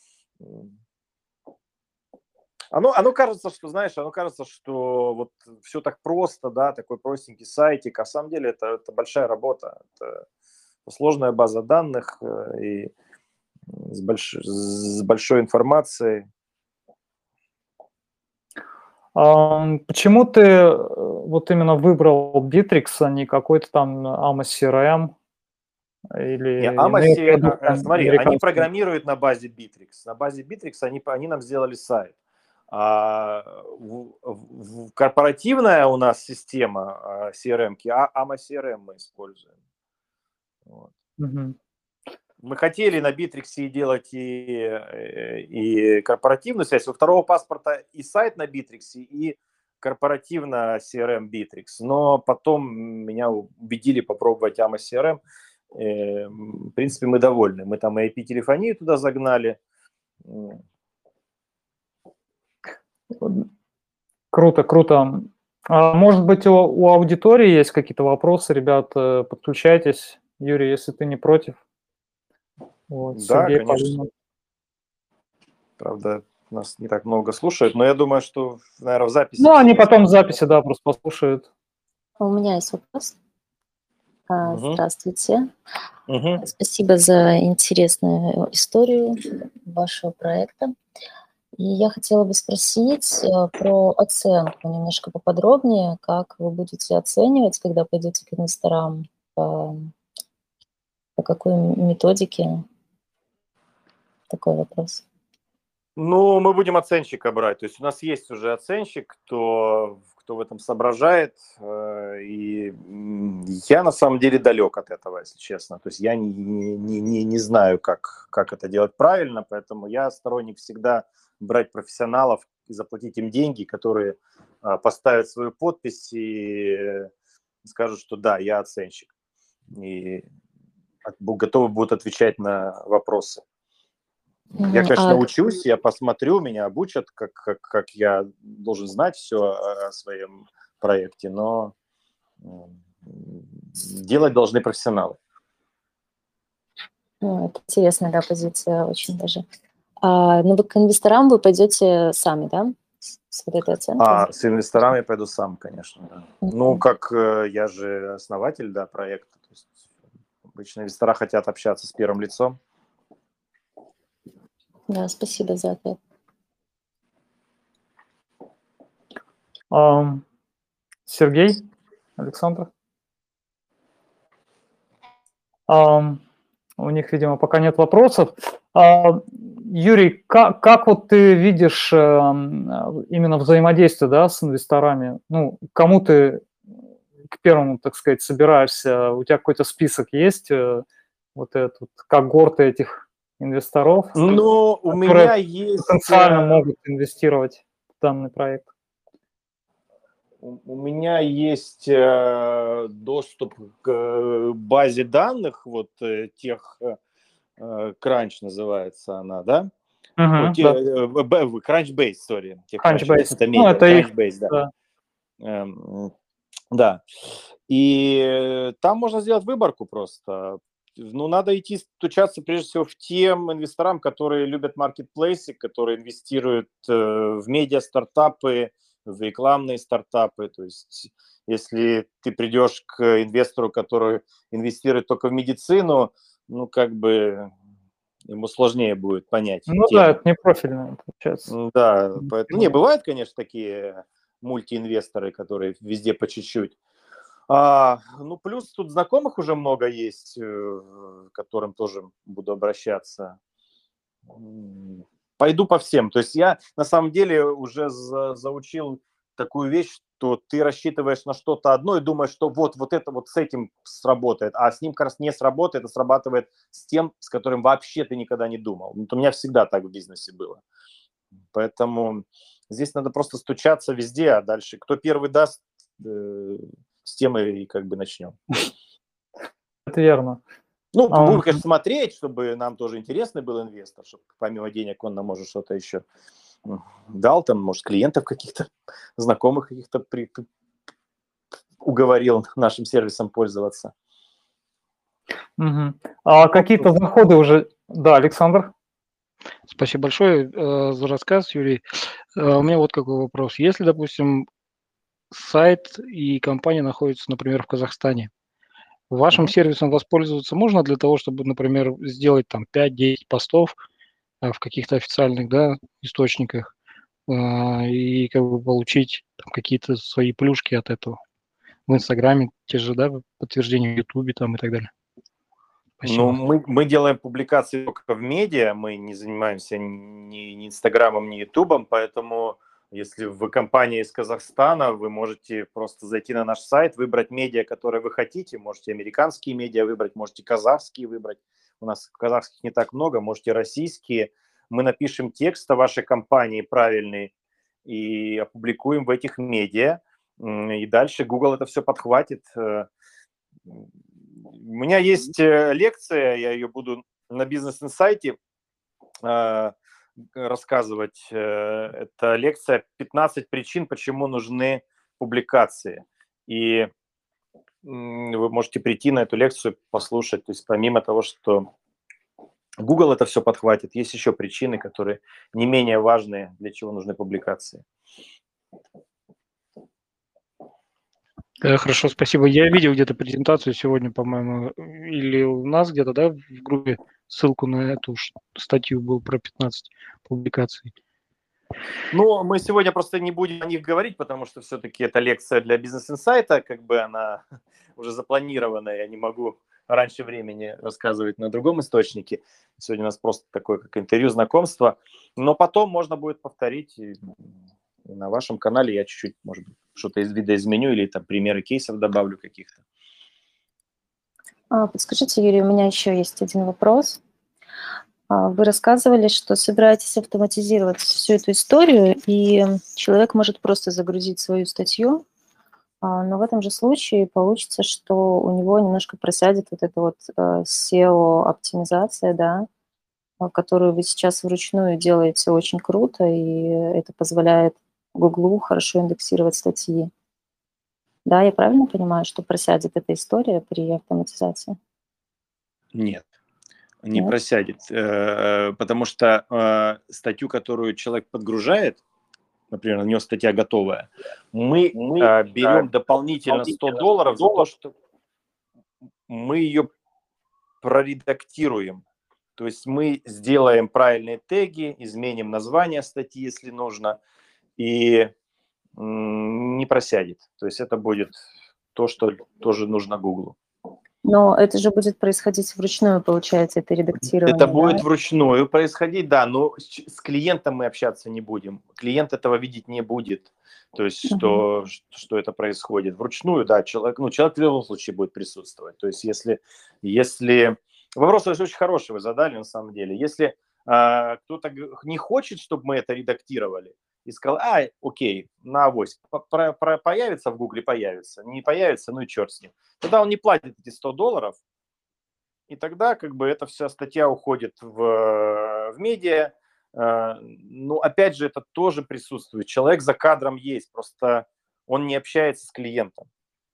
Оно кажется, что, знаешь, оно кажется, что вот все так просто, да, такой простенький сайтик. А на самом деле это большая работа. Это сложная база данных и с большой информацией. Почему ты вот именно выбрал Bittrex, а не какой-то там Amos CRM Не, или иные Амоси, продукты смотри, они американские? программируют на базе Bittrex. На базе Bittrex они нам сделали сайт. Корпоративная у нас система CRM-ки, Amos CRM мы используем. Вот. Мгм. Мы хотели на Bittrex делать и корпоративную связь. У второго паспорта и сайт на Bittrex, и корпоративно CRM Bittrex. Но потом меня убедили попробовать Amos CRM. В принципе, мы довольны. Мы там и IP-телефонию туда загнали. Круто, круто. Может быть, у аудитории есть какие-то вопросы, ребят, подключайтесь. Юрий, если ты не против. Вот, Да, Сергей, конечно. Полина. Правда, нас не так много слушают, но я думаю, что, наверное, в записи Ну, они все. потом в записи, да, просто послушают. У меня есть вопрос. Мгм. Здравствуйте. Мгм. Спасибо за интересную историю вашего проекта. И я хотела бы спросить про оценку немножко поподробнее, как вы будете оценивать, когда пойдете к инвесторам, по какой методике? Такой вопрос. Ну, мы будем оценщика брать. То есть у нас есть уже оценщик, кто кто в этом соображает. И я на самом деле далек от этого, если честно. То есть я не знаю, как это делать правильно, поэтому я сторонник всегда брать профессионалов и заплатить им деньги, которые поставят свою подпись и скажут, что да, я оценщик. И готовы будут отвечать на вопросы. Я, конечно, учусь, я посмотрю, меня обучат, как я должен знать все о своем проекте, но делать должны профессионалы. Ну, это интересная, да, позиция очень даже. Ну, вы к инвесторам вы пойдете сами, да, с вот этой оценкой? С инвесторами я пойду сам, конечно, да. Ну, как я же основатель, да, проекта. То есть обычно инвестора хотят общаться с первым лицом. Да, спасибо за ответ. Сергей, Александр. У них, видимо, пока нет вопросов. Юрий, как вот ты видишь именно взаимодействие, да, с инвесторами? Ну, кому ты к первому, так сказать, собираешься? У тебя какой-то список есть, вот этот, когорты этих инвесторов, Ну, у меня есть... потенциально могут инвестировать в данный проект? У меня есть доступ к базе данных, вот тех, Crunch называется она, да? Да. Crunchbase, sorry. Crunchbase. Это Ну, это Crunchbase, их, да. Да. И там можно сделать выборку просто. Ну, надо идти стучаться прежде всего в тем инвесторам, которые любят маркетплейсы, которые инвестируют в медиа-стартапы, в рекламные стартапы. То есть если ты придешь к инвестору, который инвестирует только в медицину, ну, как бы ему сложнее будет понять. Ну тему. да, это не профильное, получается. Да, поэтому, не, бывают, конечно, такие мультиинвесторы, которые везде по чуть-чуть. Ну, плюс тут знакомых уже много есть, к которым тоже буду обращаться. Пойду по всем. То есть я на самом деле уже заучил такую вещь, что ты рассчитываешь на что-то одно и думаешь, что вот это вот с этим сработает, а с ним как раз не сработает, а срабатывает с тем, с которым вообще ты никогда не думал. Вот у меня всегда так в бизнесе было. Поэтому здесь надо просто стучаться везде, а дальше кто первый даст, с тем и как бы начнем. Это верно. Ну, будем, конечно, смотреть, чтобы нам тоже интересный был инвестор, чтобы помимо денег он нам, может, что-то еще дал, там, может, клиентов каких-то, знакомых каких-то уговорил нашим сервисом пользоваться. А какие-то заходы уже... Да, Александр? Спасибо большое за рассказ, Юрий. У меня вот какой вопрос. Если, допустим, сайт и компания находятся, например, в Казахстане, вашим сервисом воспользоваться можно для того, чтобы, например, сделать там 5-10 постов в каких-то официальных, да, источниках и как бы получить там какие-то свои плюшки от этого? В Инстаграме те же, да, подтверждения в Ютубе там и так далее. Спасибо. Ну, мы делаем публикации только в медиа, мы не занимаемся ни Инстаграмом, ни Ютубом, поэтому если вы компания из Казахстана, вы можете просто зайти на наш сайт, выбрать медиа, которые вы хотите, можете американские медиа выбрать, можете казахские выбрать, у нас казахских не так много, можете российские, мы напишем текст о вашей компании правильный и опубликуем в этих медиа, и дальше Google это все подхватит. У меня есть лекция, я ее буду на бизнес-инсайте рассказывать. Это лекция «15 причин, почему нужны публикации». И вы можете прийти на эту лекцию, послушать. То есть помимо того, что Google это все подхватит, есть еще причины, которые не менее важные, для чего нужны публикации. Хорошо, спасибо. Я видел где-то презентацию сегодня, по-моему, или у нас где-то, да, в группе ссылку на эту статью был про 15 публикаций. Ну, мы сегодня просто не будем о них говорить, потому что все-таки это лекция для бизнес-инсайта, как бы она уже запланирована, я не могу раньше времени рассказывать на другом источнике. Сегодня у нас просто такое, как интервью, знакомство. Но потом можно будет повторить, и И на вашем канале я чуть-чуть, может быть, что-то из видоизменю или там примеры кейсов добавлю каких-то. Подскажите, Юрий, у меня еще есть один вопрос. Вы рассказывали, что собираетесь автоматизировать всю эту историю, и человек может просто загрузить свою статью, но в этом же случае получится, что у него немножко просядет вот эта вот SEO-оптимизация, да, которую вы сейчас вручную делаете очень круто, и это позволяет Гуглу хорошо индексировать статьи. Да, я правильно понимаю, что просядет эта история при автоматизации? Нет, не Нет? просядет, потому что статью, которую человек подгружает, например, у него статья готовая, мы берем дополнительно $100 за то, что мы ее проредактируем. То есть мы сделаем правильные теги, изменим название статьи, если нужно, и не просядет. То есть это будет то, что тоже нужно Гуглу. Но это же будет происходить вручную, получается, это редактирование, Это будет да? вручную происходить, да, но с клиентом мы общаться не будем. Клиент этого видеть не будет. То есть, что это происходит. Вручную, да, человек в любом случае будет присутствовать. То есть, если... Вопрос очень хороший вы задали, на самом деле. Если кто-то не хочет, чтобы мы это редактировали, и сказал, окей, на авось, появится в Гугле, появится, не появится, ну и черт с ним. Тогда он не платит эти $100, и тогда как бы эта вся статья уходит в медиа. Ну, опять же, это тоже присутствует. Человек за кадром есть, просто он не общается с клиентом.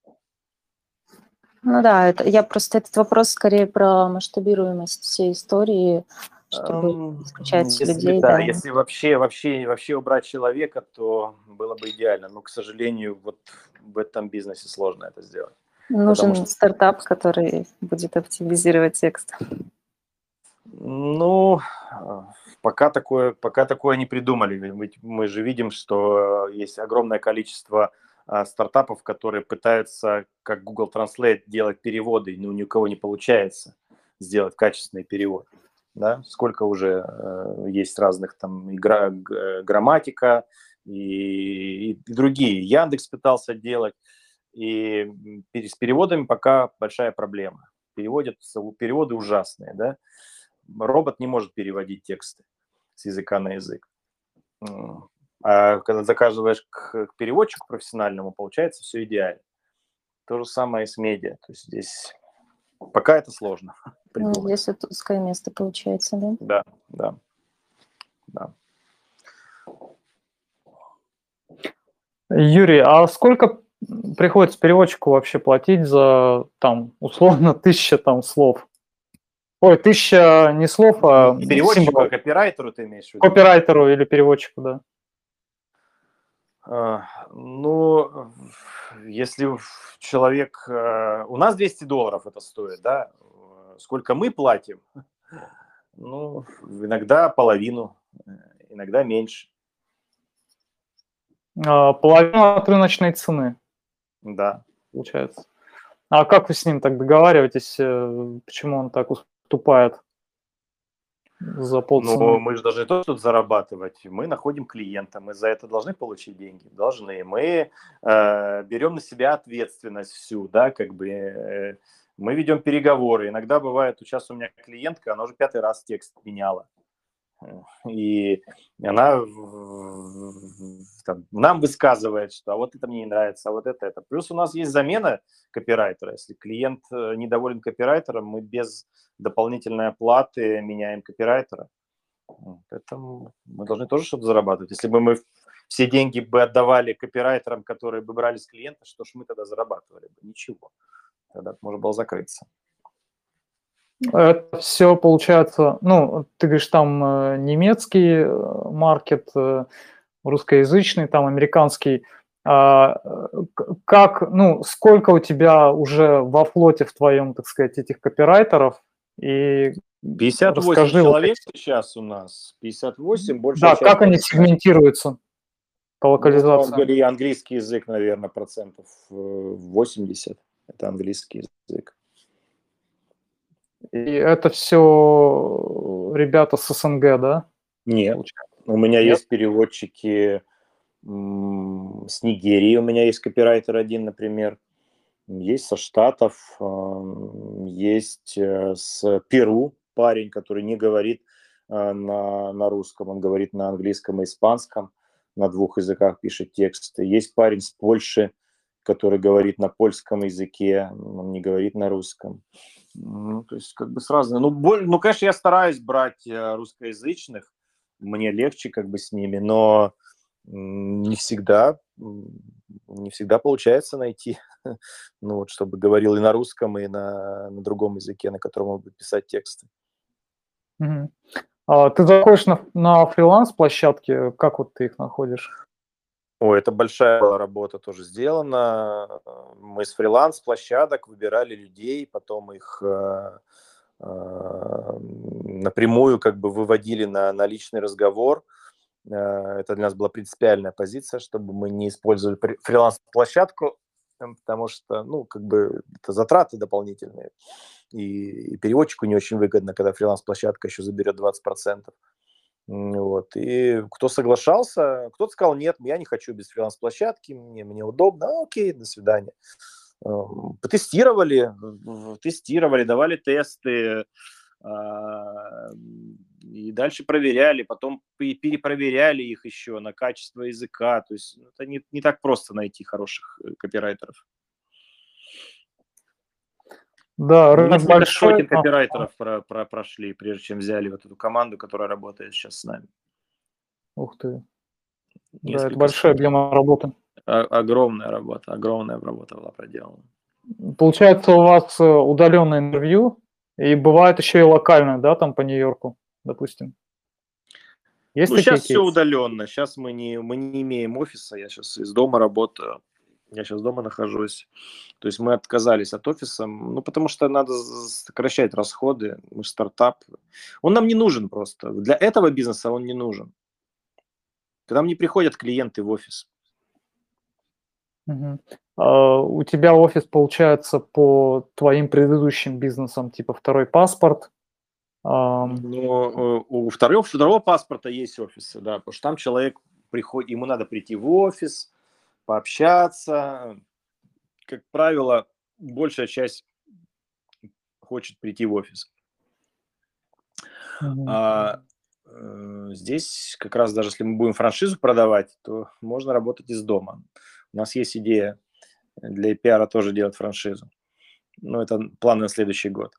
Ну да, этот вопрос скорее про масштабируемость всей истории, чтобы исключать людей. Да, Да. если вообще убрать человека, то было бы идеально. Но, к сожалению, вот в этом бизнесе сложно это сделать. Нужен стартап, который будет оптимизировать текст. Ну, пока такое не придумали. Ведь мы же видим, что есть огромное количество стартапов, которые пытаются, как Google Translate, делать переводы, но ни у кого не получается сделать качественный перевод. Да? Сколько уже есть разных там грамматика и другие. Яндекс пытался делать, и с переводами пока большая проблема. Переводы ужасные, да? Робот не может переводить тексты с языка на язык. А когда заказываешь к переводчику профессиональному, получается все идеально. То же самое и с медиа. То есть здесь пока это сложно придумать. Здесь вот узкое место получается, да? Да. Юрий, а сколько приходится переводчику вообще платить за, там, условно, 1000 там слов? Ой, 1000 не слов, а переводчику, символов. копирайтеру ты имеешь в виду? Копирайтеру или переводчику, да. Ну, если человек... У нас $200 это стоит, да? Сколько мы платим? Ну, иногда половину, иногда меньше. Половина от рыночной цены. Да. Получается. А как вы с ним так договариваетесь? Почему он так уступает за полцены? Ну, мы же должны то, что зарабатывать. Мы находим клиента, мы за это должны получить деньги. Должны. Мы берем на себя ответственность всю, да, как бы. Мы ведем переговоры. Иногда бывает, сейчас у меня клиентка, она уже 5-й раз текст меняла. И она нам высказывает, что а вот это мне не нравится, а вот это. Плюс у нас есть замена копирайтера. Если клиент недоволен копирайтером, мы без дополнительной оплаты меняем копирайтера. Поэтому мы должны тоже что-то зарабатывать. Если бы мы все деньги бы отдавали копирайтерам, которые бы брали с клиента, что ж мы тогда зарабатывали бы? Ничего. Тогда можно было закрыться. Это все получается, ну, ты говоришь, там немецкий маркет, русскоязычный, там американский. Как, ну, сколько у тебя уже во флоте в твоем, так сказать, этих копирайтеров? И 58 расскажи человек сейчас у нас, 58, больше. Да, как они сегментируются по локализации? Ну, английский язык, наверное, 80%. Это английский язык. И это все ребята с СНГ, да? Нет, у меня есть переводчики С Нигерии у меня есть копирайтер один, например. Есть со Штатов, есть с Перу парень, который не говорит на русском, он говорит на английском и испанском, на 2 языках пишет тексты. Есть парень с Польши, который говорит на польском языке, он не говорит на русском. Ну, то есть как бы сразу. Ну, конечно, я стараюсь брать русскоязычных, мне легче как бы с ними, но не всегда получается найти, ну вот, чтобы говорил и на русском, и на другом языке, на котором он будет писать тексты. Мгм. А ты заходишь на фриланс-площадки, как вот ты их находишь? Ой, это большая была работа тоже сделана. Мы с фриланс-площадок выбирали людей, потом их напрямую как бы выводили на личный разговор. Это для нас была принципиальная позиция, чтобы мы не использовали фриланс-площадку, потому что, ну, как бы это затраты дополнительные, и переводчику не очень выгодно, когда фриланс-площадка еще заберет 20%. Вот. И кто соглашался, кто-то сказал, нет, я не хочу без фриланс-площадки, мне удобно, окей, до свидания. Потестировали, давали тесты, и дальше проверяли, потом перепроверяли их еще на качество языка. То есть это не так просто найти хороших копирайтеров. Да, рынок Несколько большой. сотен копирайтеров прошли, прежде чем взяли вот эту команду, которая работает сейчас с нами. Ух ты. Да, это Несколько большой сотен. объем работы. Огромная работа была проделана. Получается, у вас удаленное интервью, и бывает еще и локальное, да, там по Нью-Йорку, допустим. Есть Ну, такие сейчас все кейсы? удаленно. Сейчас мы не имеем офиса. Я сейчас из дома работаю. Я сейчас дома нахожусь. То есть мы отказались от офиса, ну, потому что надо сокращать расходы. Мы же стартап. Он нам не нужен просто. Для этого бизнеса он не нужен. К нам не приходят клиенты в офис. Мгм. У тебя офис, получается, по твоим предыдущим бизнесам, типа второй паспорт. Но у второго паспорта есть офисы, да, потому что там человек приходит, ему надо прийти в офис, пообщаться. Как правило, большая часть хочет прийти в офис. Мгм. Здесь как раз даже если мы будем франшизу продавать, то можно работать из дома. У нас есть идея для пиара тоже делать франшизу. Но это планы на следующий год.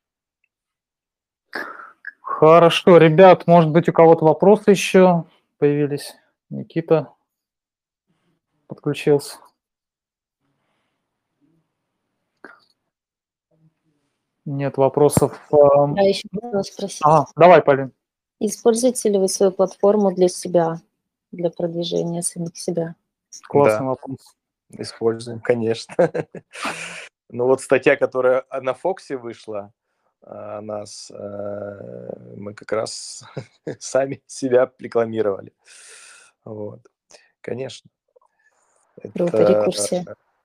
Хорошо, ребят, может быть, у кого-то вопросы еще появились? Никита подключился. Нет вопросов. Я еще хотела спросить, Давай, Полин. используете ли вы свою платформу для себя, для продвижения самих себя? Классный Да. вопрос. Используем, конечно. Ну вот статья, которая на Фоксе вышла о нас, мы как раз сами себя рекламировали. Вот. Конечно. Круто, рекурсия.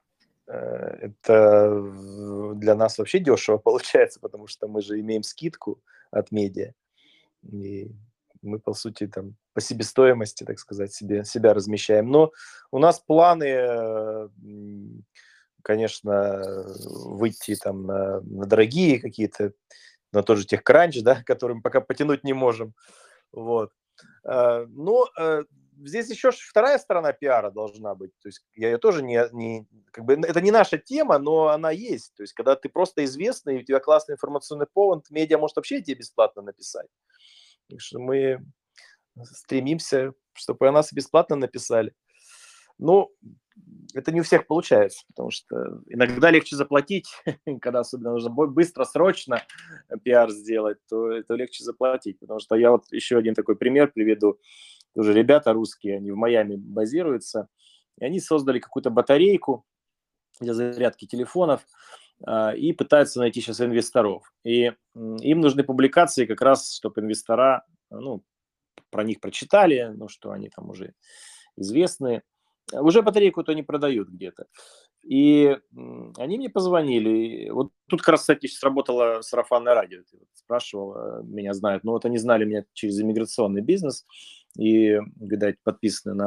Это для нас вообще дешево получается, потому что мы же имеем скидку от медиа. И мы, по сути, там по себестоимости, так сказать, себя размещаем. Но у нас планы, конечно, выйти там на дорогие какие-то, на тот же TechCrunch, да, который мы пока потянуть не можем. Вот. Но здесь еще вторая сторона пиара должна быть. То есть я ее тоже как бы это не наша тема, но она есть. То есть когда ты просто известный, и у тебя классный информационный повод, медиа может вообще тебе бесплатно написать. Так что мы стремимся, чтобы о нас бесплатно написали. Но это не у всех получается, потому что иногда легче заплатить, когда особенно нужно быстро, срочно пиар сделать, то это легче заплатить. Потому что я вот еще один такой пример приведу. Тоже ребята русские, они в Майами базируются, и они создали какую-то батарейку для зарядки телефонов и пытаются найти сейчас инвесторов. И им нужны публикации как раз, чтобы инвестора, ну, про них прочитали, ну, что они там уже известные. Уже батарейку-то не продают где-то. И они мне позвонили. Вот тут как раз, кстати, сработало сарафанное радио. Ты вот спрашивал, меня знают. Но вот они знали меня через иммиграционный бизнес. И, видать, подписаны на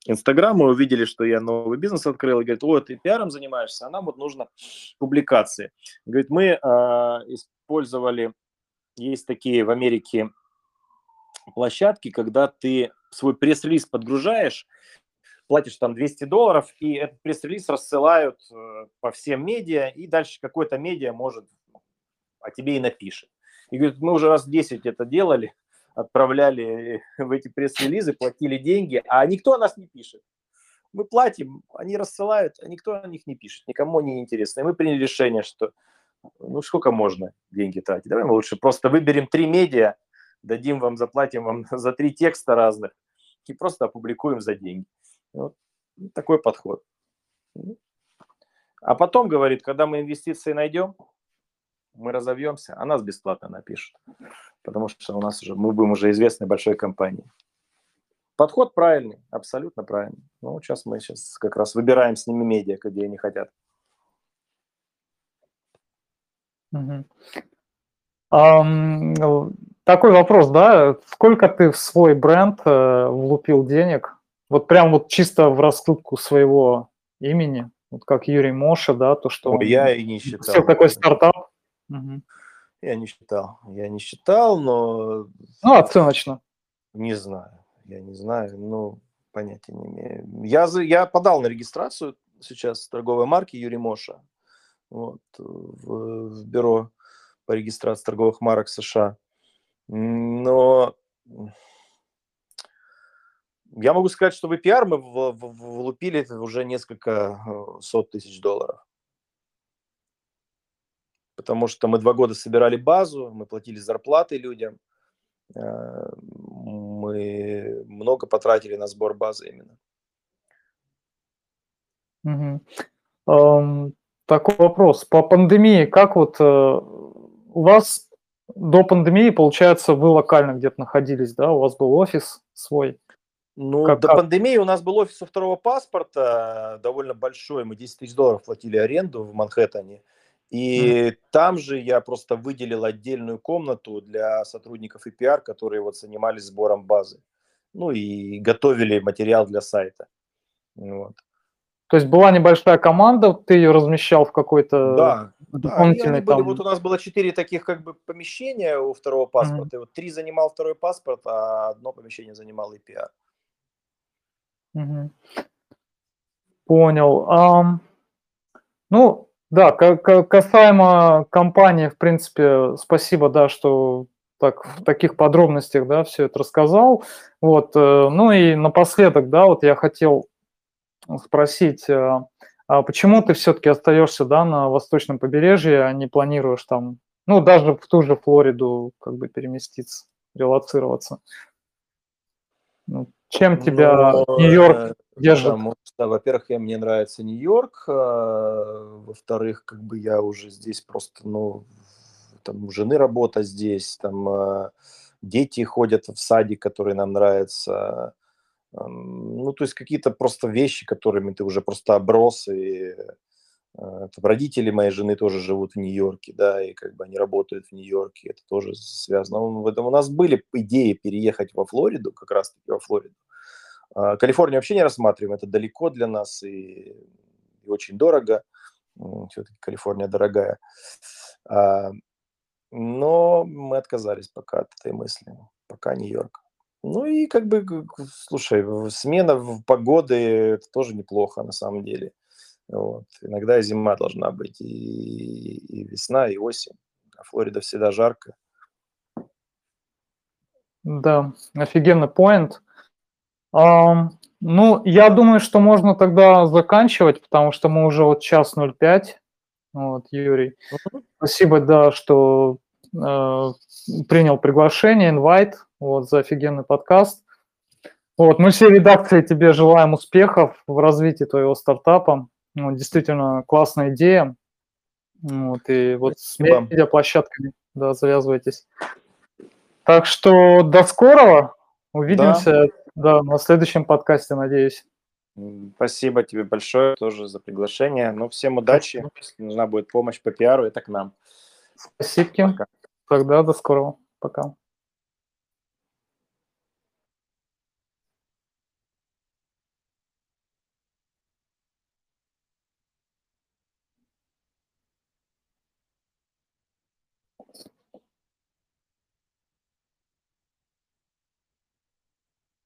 Инстаграм, мы увидели, что я новый бизнес открыл, и говорит, о, ты пиаром занимаешься, а нам вот нужно публикации. Говорит, мы использовали, есть такие в Америке площадки, когда ты свой пресс-релиз подгружаешь, платишь там $200, и этот пресс-релиз рассылают по всем медиа, и дальше какой-то медиа может о тебе и напишет. И говорит, мы уже раз 10 это делали, отправляли в эти пресс-релизы, платили деньги, а никто о нас не пишет. Мы платим, они рассылают, а никто о них не пишет, никому не интересно. И мы приняли решение, что ну сколько можно деньги тратить, давай мы лучше просто выберем 3 медиа, дадим вам, заплатим вам за 3 текста разных и просто опубликуем за деньги. Вот такой подход. А потом, говорит, когда мы инвестиции найдем, мы разовьемся, а нас бесплатно напишут. Потому что у нас уже, мы будем уже известной большой компанией. Подход правильный, абсолютно правильный. Ну, сейчас мы как раз выбираем с ними медиа, где они хотят. Такой вопрос, да? Сколько ты в свой бренд влупил денег? Вот прям вот чисто в раскрутку своего имени, вот как Юрий Моша, да, то, что он я и не считал. все такой стартап. Я не считал, но... Ну, оценочно. Не знаю, я не знаю, ну, понятия не имею. Я подал на регистрацию сейчас торговой марки Юрий Моша вот, в бюро по регистрации торговых марок США. Но я могу сказать, что в APR мы влупили уже несколько сот тысяч долларов. Потому что мы 2 года собирали базу, мы платили зарплаты людям, мы много потратили на сбор базы именно. Такой вопрос. По пандемии, как вот у вас до пандемии, получается, вы локально где-то находились, да? У вас был офис свой? Ну, до пандемии у нас был офис у второго паспорта, довольно большой. Мы 10 тысяч долларов платили аренду в Манхэттене. И там же я просто выделил отдельную комнату для сотрудников EPR, которые вот занимались сбором базы. Ну и готовили материал для сайта. Вот. То есть была небольшая команда, ты ее размещал в какой-то дополнительной там... Вот у нас было 4 таких как бы помещения у второго паспорта. И вот 3 занимал второй паспорт, а 1 помещение занимал EPR. Понял. Ну, да, касаемо компании, в принципе, спасибо, да, что так в таких подробностях, да, все это рассказал. Вот, ну и напоследок, да, вот я хотел спросить, а почему ты все-таки остаешься, да, на восточном побережье, а не планируешь там, ну, даже в ту же Флориду как бы переместиться, релоцироваться? Ну, чем тебя Нью-Йорк держит? Да, во-первых, мне нравится Нью-Йорк, во-вторых, как бы я уже здесь просто, ну, там у жены работа здесь, там дети ходят в садик, который нам нравится, ну, то есть какие-то просто вещи, которыми ты уже просто оброс, и родители моей жены тоже живут в Нью-Йорке, да, и как бы они работают в Нью-Йорке, это тоже связано. У нас были идеи переехать во Флориду, как раз-таки во Флориду. Калифорнию вообще не рассматриваем, это далеко для нас и очень дорого, все-таки Калифорния дорогая. Но мы отказались пока от этой мысли, пока Нью-Йорк. Ну и как бы, слушай, смена погоды это тоже неплохо на самом деле. Вот. Иногда и зима должна быть, и весна, и осень. А Флорида всегда жарко. Да, офигенный поинт. Ну, я думаю, что можно тогда заканчивать, потому что мы уже вот 1:05. Вот, Юрий. Спасибо, да, что принял приглашение, инвайт, вот, за офигенный подкаст. Вот, мы всей редакции тебе желаем успехов в развитии твоего стартапа. Ну, действительно классная идея. Вот, и вот с медиаплощадками, да, завязывайтесь. Так что до скорого. Увидимся, да, на следующем подкасте, надеюсь. Спасибо тебе большое тоже за приглашение. Ну, всем удачи. Спасибо. Если нужна будет помощь по пиару, это к нам. Спасибо. Тогда до скорого. Пока.